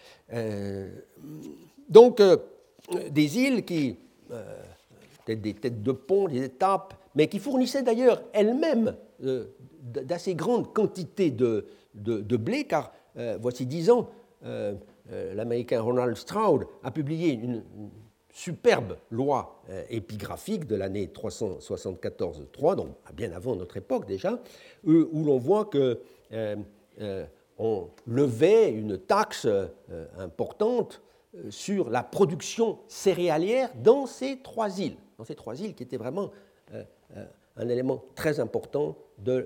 Donc, des îles qui, peut-être des têtes de pont, des étapes, mais qui fournissaient d'ailleurs elles-mêmes d'assez grandes quantités de blé, car voici 10 ans, l'Américain Ronald Stroud a publié une superbe loi épigraphique de l'année 374-3, donc bien avant notre époque déjà, où l'on voit qu'on levait une taxe importante sur la production céréalière dans ces trois îles qui étaient vraiment un élément très important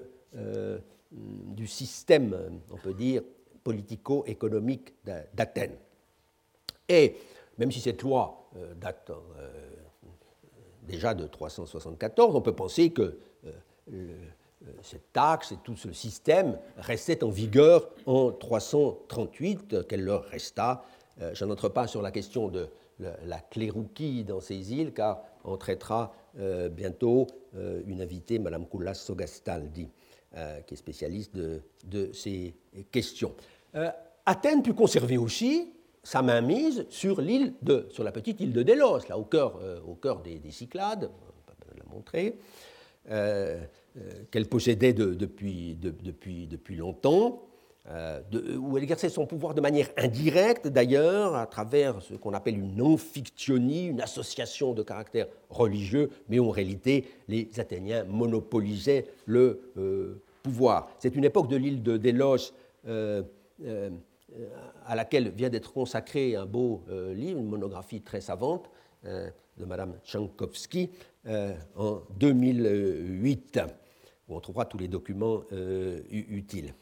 du système, on peut dire, politico-économique d'Athènes. Et même si cette loi date déjà de 374, on peut penser que cette taxe et tout ce système restaient en vigueur en 338, qu'elle leur resta. Je n'entre pas sur la question de la clérouquie dans ces îles, car on traitera bientôt une invitée, Mme Koulas Sogastaldi, qui est spécialiste de ces questions. Athènes put conserver aussi sa mainmise sur la petite île de Délos, là au cœur des Cyclades, on peut la montrer, qu'elle possédait depuis longtemps, où elle exerçait son pouvoir de manière indirecte d'ailleurs, à travers ce qu'on appelle une amphiktyonie, une association de caractère religieux, mais où en réalité les Athéniens monopolisaient le pouvoir. C'est une époque de l'île de Délos à laquelle vient d'être consacré un beau livre, une monographie très savante de Mme Tchankowski en 2008, où on trouvera tous les documents utiles.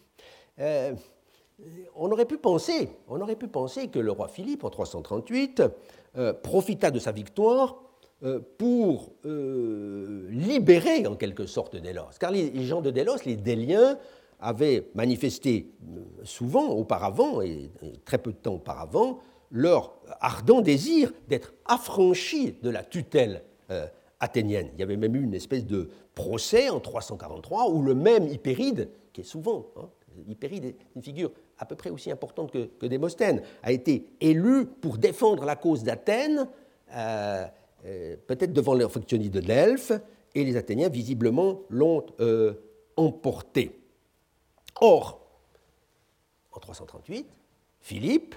On aurait pu penser que le roi Philippe, en 338, profita de sa victoire pour libérer en quelque sorte Délos. Car les gens de Délos, les Déliens, avaient manifesté souvent auparavant, et très peu de temps auparavant, leur ardent désir d'être affranchis de la tutelle athénienne. Il y avait même eu une espèce de procès en 343 où le même Hypéride, qui est souvent, Hypéride est une figure à peu près aussi importante que Démosthène, a été élu pour défendre la cause d'Athènes, peut-être devant l'Amphiktyonie de Delphes, et les Athéniens visiblement l'ont emporté. Or, en 338, Philippe,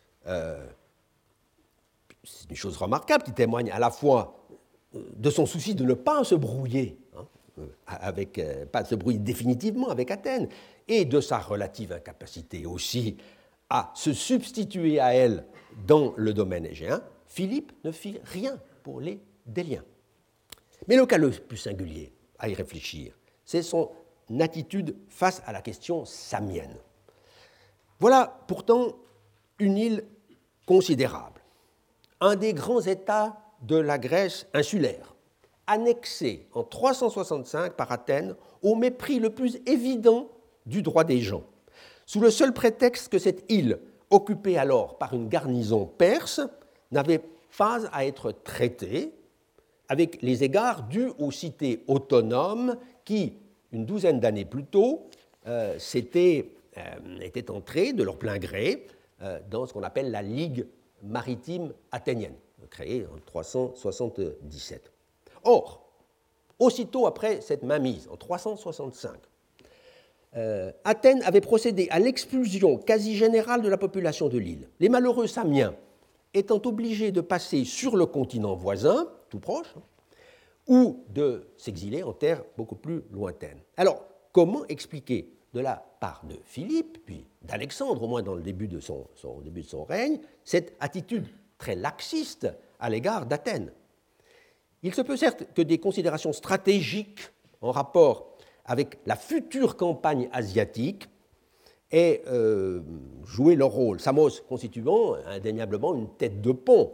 c'est une chose remarquable qui témoigne à la fois de son souci de ne pas se brouiller, pas de se brouiller définitivement avec Athènes, et de sa relative incapacité aussi à se substituer à elle dans le domaine égéen. Philippe ne fit rien pour les Déliens. Mais le cas le plus singulier à y réfléchir, c'est son attitude face à la question samienne. Voilà pourtant une île considérable, un des grands États de la Grèce insulaire, annexé en 365 par Athènes au mépris le plus évident du droit des gens, sous le seul prétexte que cette île, occupée alors par une garnison perse, n'avait pas à être traitée avec les égards dus aux cités autonomes qui, une douzaine d'années plus tôt, étaient entrées de leur plein gré dans ce qu'on appelle la Ligue maritime athénienne, créée en 377. Or, aussitôt après cette mainmise, en 365, Athènes avait procédé à l'expulsion quasi générale de la population de l'île. Les malheureux Samiens étant obligés de passer sur le continent voisin, tout proche, ou de s'exiler en terres beaucoup plus lointaines. Alors, comment expliquer de la part de Philippe, puis d'Alexandre, au moins dans le début de son règne, cette attitude très laxiste à l'égard d'Athènes? Il se peut certes que des considérations stratégiques en rapport avec la future campagne asiatique aient joué leur rôle, Samos constituant indéniablement une tête de pont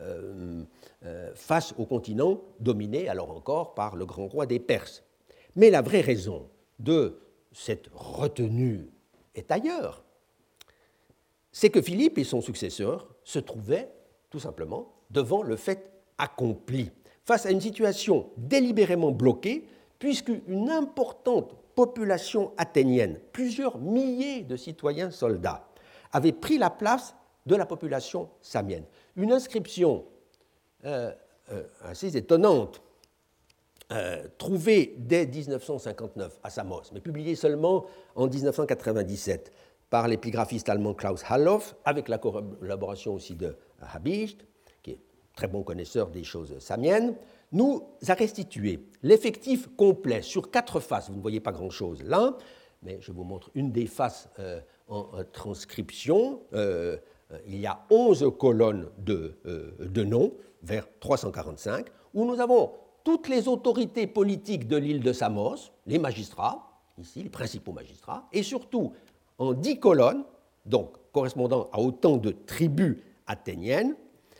face au continent dominé alors encore par le grand roi des Perses. Mais la vraie raison de cette retenue est ailleurs. C'est que Philippe et son successeur se trouvaient tout simplement devant le fait accompli, face à une situation délibérément bloquée, puisqu'une importante population athénienne, plusieurs milliers de citoyens soldats, avait pris la place de la population samienne. Une inscription assez étonnante, trouvée dès 1959 à Samos, mais publiée seulement en 1997 par l'épigraphiste allemand Klaus Halloff, avec la collaboration aussi de Habicht, qui est très bon connaisseur des choses samiennes, nous a restitué l'effectif complet sur 4 faces. Vous ne voyez pas grand-chose là, mais je vous montre une des faces en transcription. Il y a 11 colonnes de noms, vers 345, où nous avons toutes les autorités politiques de l'île de Samos, les magistrats, ici, les principaux magistrats, et surtout en 10 colonnes, donc correspondant à autant de tribus athéniennes,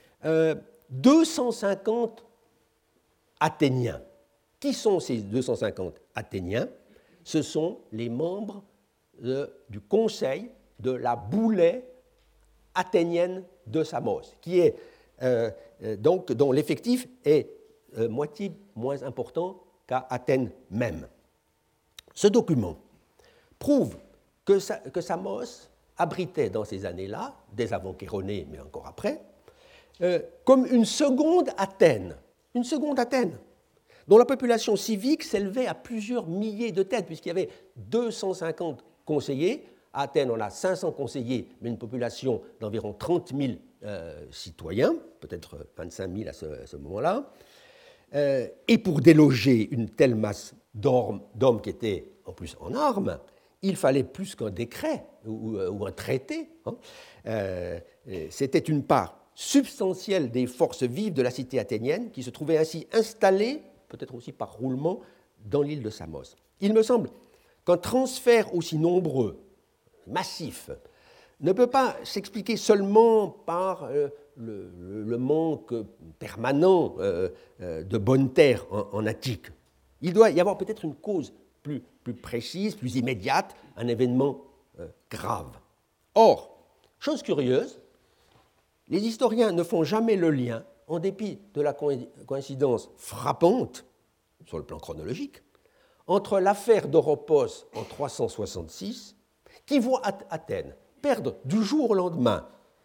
250 Athéniens. Qui sont ces 250 Athéniens? Ce sont les membres du conseil de la boulée athénienne de Samos, qui est donc dont l'effectif est moitié moins important qu'à Athènes même. Ce document prouve que Samos abritait dans ces années-là, dès avant Chéronée, mais encore après, comme une seconde Athènes, dont la population civique s'élevait à plusieurs milliers de têtes, puisqu'il y avait 250 conseillers. À Athènes, on a 500 conseillers, mais une population d'environ 30 000 citoyens, peut-être 25 000 à ce moment-là. Et pour déloger une telle masse d'hommes qui étaient en plus en armes, il fallait plus qu'un décret ou un traité. C'était une part substantielle des forces vives de la cité athénienne qui se trouvaient ainsi installées, peut-être aussi par roulement, dans l'île de Samos. Il me semble qu'un transfert aussi nombreux, massif, ne peut pas s'expliquer seulement par le manque permanent de bonnes terres en Attique. Il doit y avoir peut-être une cause plus précise, plus immédiate, un événement grave. Or, chose curieuse, les historiens ne font jamais le lien, en dépit de la coïncidence frappante, sur le plan chronologique, entre l'affaire d'Oropos en 366, qui voit Athènes perdre du jour au lendemain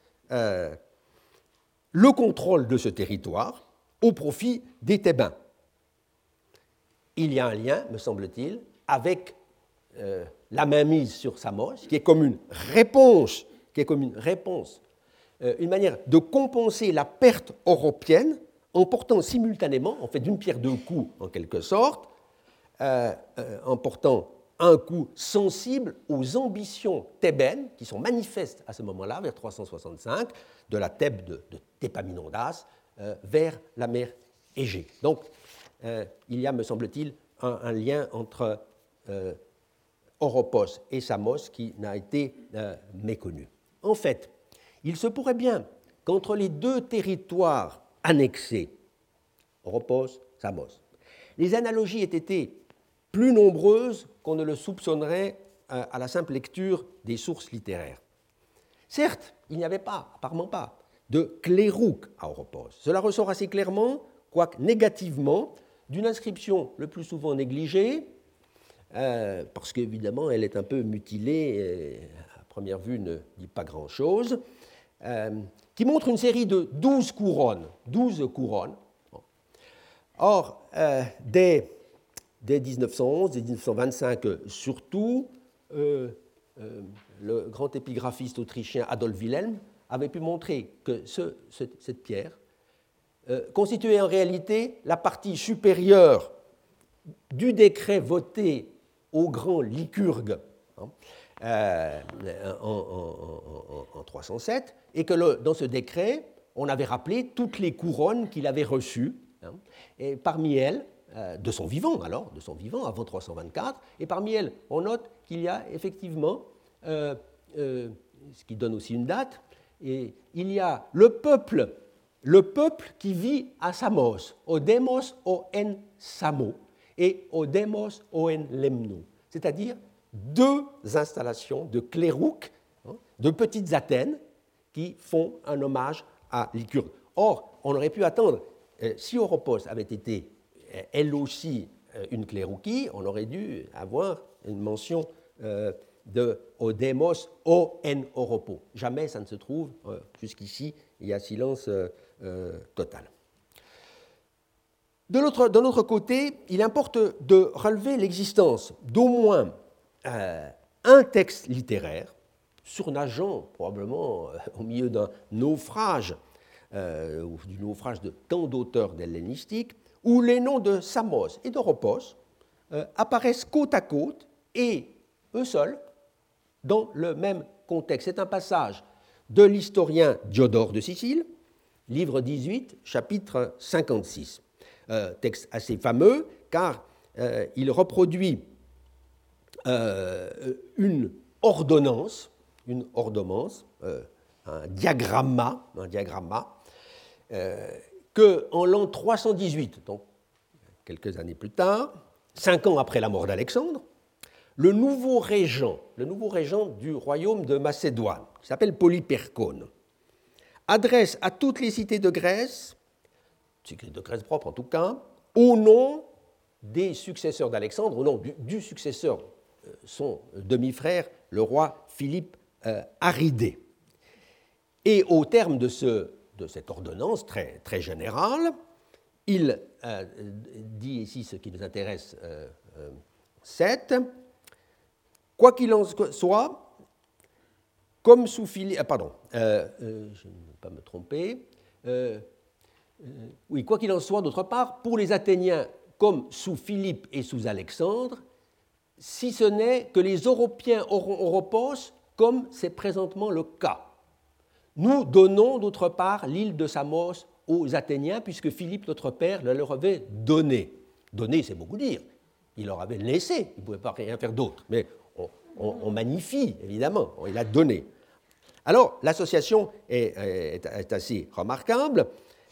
le contrôle de ce territoire au profit des Thébains. Il y a un lien, me semble-t-il, avec la mainmise sur Samos, qui est comme une réponse, une manière de compenser la perte européenne en portant simultanément, en fait d'une pierre deux coups en quelque sorte, en portant un coup sensible aux ambitions thébaines qui sont manifestes à ce moment-là, vers 365, de la Thèbes de Thépaminondas vers la mer Égée. Donc, il y a, me semble-t-il, un lien entre Oropos et Samos qui n'a été méconnu. En fait, il se pourrait bien qu'entre les deux territoires annexés, Oropos, Samos, les analogies aient été plus nombreuses qu'on ne le soupçonnerait à la simple lecture des sources littéraires. Certes, il n'y avait pas, apparemment pas, de clérouque à Oropos. Cela ressort assez clairement, quoique négativement, d'une inscription le plus souvent négligée, parce qu'évidemment elle est un peu mutilée, et à première vue ne dit pas grand-chose, qui montre une série de 12 couronnes. Or, dès 1911, dès 1925 surtout, le grand épigraphiste autrichien Adolf Wilhelm avait pu montrer que cette pierre constituait en réalité la partie supérieure du décret voté au grand Lycurgue en 307, et que dans ce décret, on avait rappelé toutes les couronnes qu'il avait reçues, et parmi elles, de son vivant, avant 324, et parmi elles, on note qu'il y a effectivement, ce qui donne aussi une date, et il y a le peuple qui vit à Samos, o demos o en Samo, et o demos o en Lemno, c'est-à-dire deux installations de clérouques, de petites Athènes, qui font un hommage à Lycurgue. Or, on aurait pu attendre, si Oropos avait été elle aussi une clérouquie, on aurait dû avoir une mention de Odemos o en Oropo. Jamais ça ne se trouve, jusqu'ici, il y a silence total. D'un autre côté, il importe de relever l'existence d'au moins un texte littéraire, surnageant probablement au milieu d'un naufrage, ou du naufrage de tant d'auteurs hellénistiques, où les noms de Samos et d'Oropos apparaissent côte à côte et eux seuls dans le même contexte. C'est un passage de l'historien Diodore de Sicile, livre 18, chapitre 56. Texte assez fameux car il reproduit une ordonnance, un diagramma qu'en l'an 318, donc quelques années plus tard, 5 ans après la mort d'Alexandre, le nouveau régent du royaume de Macédoine, qui s'appelle Polyperchone, adresse à toutes les cités de Grèce propre en tout cas, au nom des successeurs d'Alexandre, au nom du successeur, son demi-frère, le roi Philippe Aridée. Et au terme de cette ordonnance très, très générale, il dit ici ce qui nous intéresse, 7, quoi qu'il en soit, comme sous Philippe... je ne vais pas me tromper. Oui, quoi qu'il en soit, d'autre part, pour les Athéniens, comme sous Philippe et sous Alexandre, si ce n'est que les Européens auront Oropos, comme c'est présentement le cas. Nous donnons, d'autre part, l'île de Samos aux Athéniens, puisque Philippe, notre père, le leur avait donné. Donné, c'est beaucoup dire. Il leur avait laissé, il ne pouvait pas rien faire d'autre. Mais on magnifie, évidemment, il a donné. Alors, l'association est assez remarquable.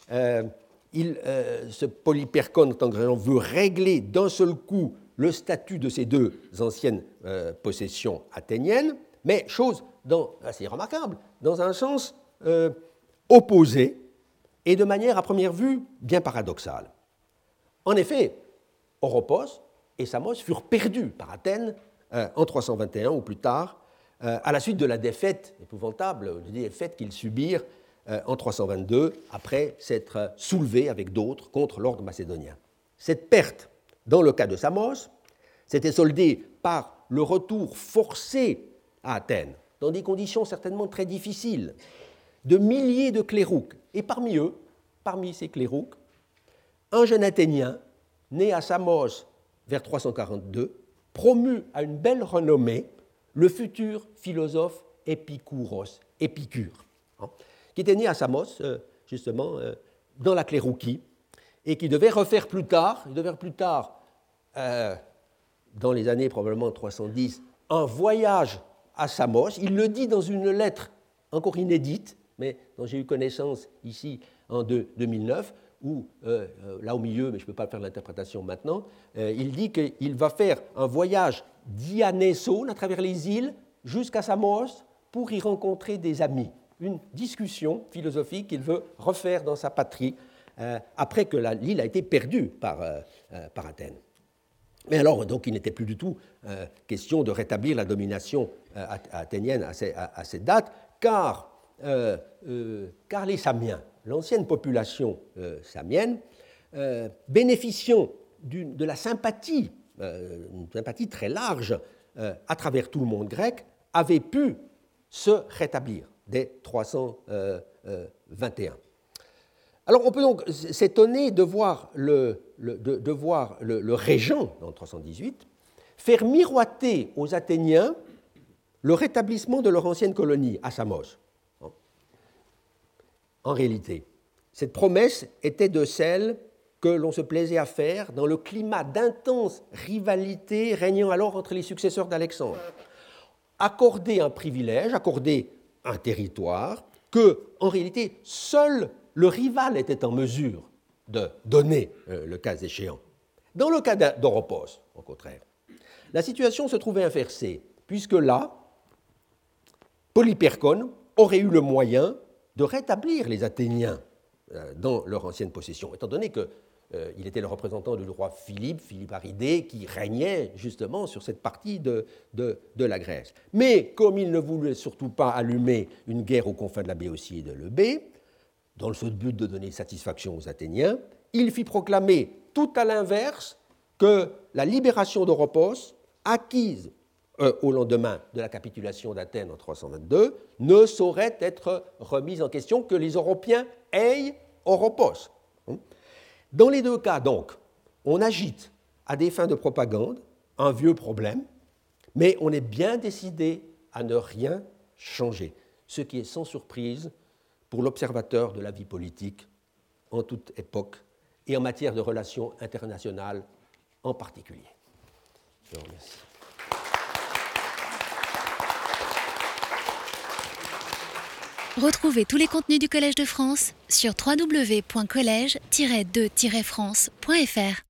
Ce Polyperchone, en tant que grand, veut régler d'un seul coup le statut de ces deux anciennes possessions athéniennes, mais chose assez remarquable, dans un sens opposé et de manière à première vue bien paradoxale. En effet, Oropos et Samos furent perdus par Athènes en 321 ou plus tard, à la suite de la défaite épouvantable, des défaites qu'ils subirent en 322, après s'être soulevés avec d'autres contre l'ordre macédonien. Cette perte, dans le cas de Samos, s'était soldée par le retour forcé à Athènes, dans des conditions certainement très difficiles, de milliers de clérouques, et parmi ces clérouques, un jeune Athénien, né à Samos vers 342, promu à une belle renommée, le futur philosophe Épicure, qui était né à Samos, justement, dans la clérouquie, et qui devait refaire plus tard, dans les années probablement 310 un voyage à Samos. Il le dit dans une lettre encore inédite, mais dont j'ai eu connaissance ici en 2009, où, là au milieu, mais je ne peux pas faire l'interprétation maintenant, il dit qu'il va faire un voyage d'Ianessone à travers les îles jusqu'à Samos pour y rencontrer des amis. Une discussion philosophique qu'il veut refaire dans sa patrie après que l'île a été perdue par Athènes. Mais alors, donc, il n'était plus du tout question de rétablir la domination athénienne à cette date, car les Samiens, l'ancienne population samienne, bénéficiant de la sympathie, une sympathie très large à travers tout le monde grec, avait pu se rétablir dès 321. Alors on peut donc s'étonner de voir le régent, en 318, faire miroiter aux Athéniens le rétablissement de leur ancienne colonie à Samos. En réalité, cette promesse était de celle que l'on se plaisait à faire dans le climat d'intense rivalité régnant alors entre les successeurs d'Alexandre. Accorder un privilège, accorder un territoire que, en réalité, seul le rival était en mesure de donner le cas échéant. Dans le cas d'Oropos, au contraire, la situation se trouvait inversée, puisque là, Polyperchon aurait eu le moyen de rétablir les Athéniens dans leur ancienne possession, étant donné qu'il était le représentant du roi Philippe Aridée, qui régnait justement sur cette partie de la Grèce. Mais comme il ne voulait surtout pas allumer une guerre aux confins de la Béotie et de l'Eubée, dans le seul but de donner satisfaction aux Athéniens, il fit proclamer tout à l'inverse que la libération d'Oropos, acquise au lendemain de la capitulation d'Athènes en 322, ne saurait être remise en question, que les Européens aient Oropos. Dans les deux cas, donc, on agite à des fins de propagande un vieux problème, mais on est bien décidé à ne rien changer, ce qui est sans surprise pour l'observateur de la vie politique en toute époque et en matière de relations internationales en particulier. Je vous remercie. Retrouvez tous les contenus du Collège de France sur www.collège-2-france.fr.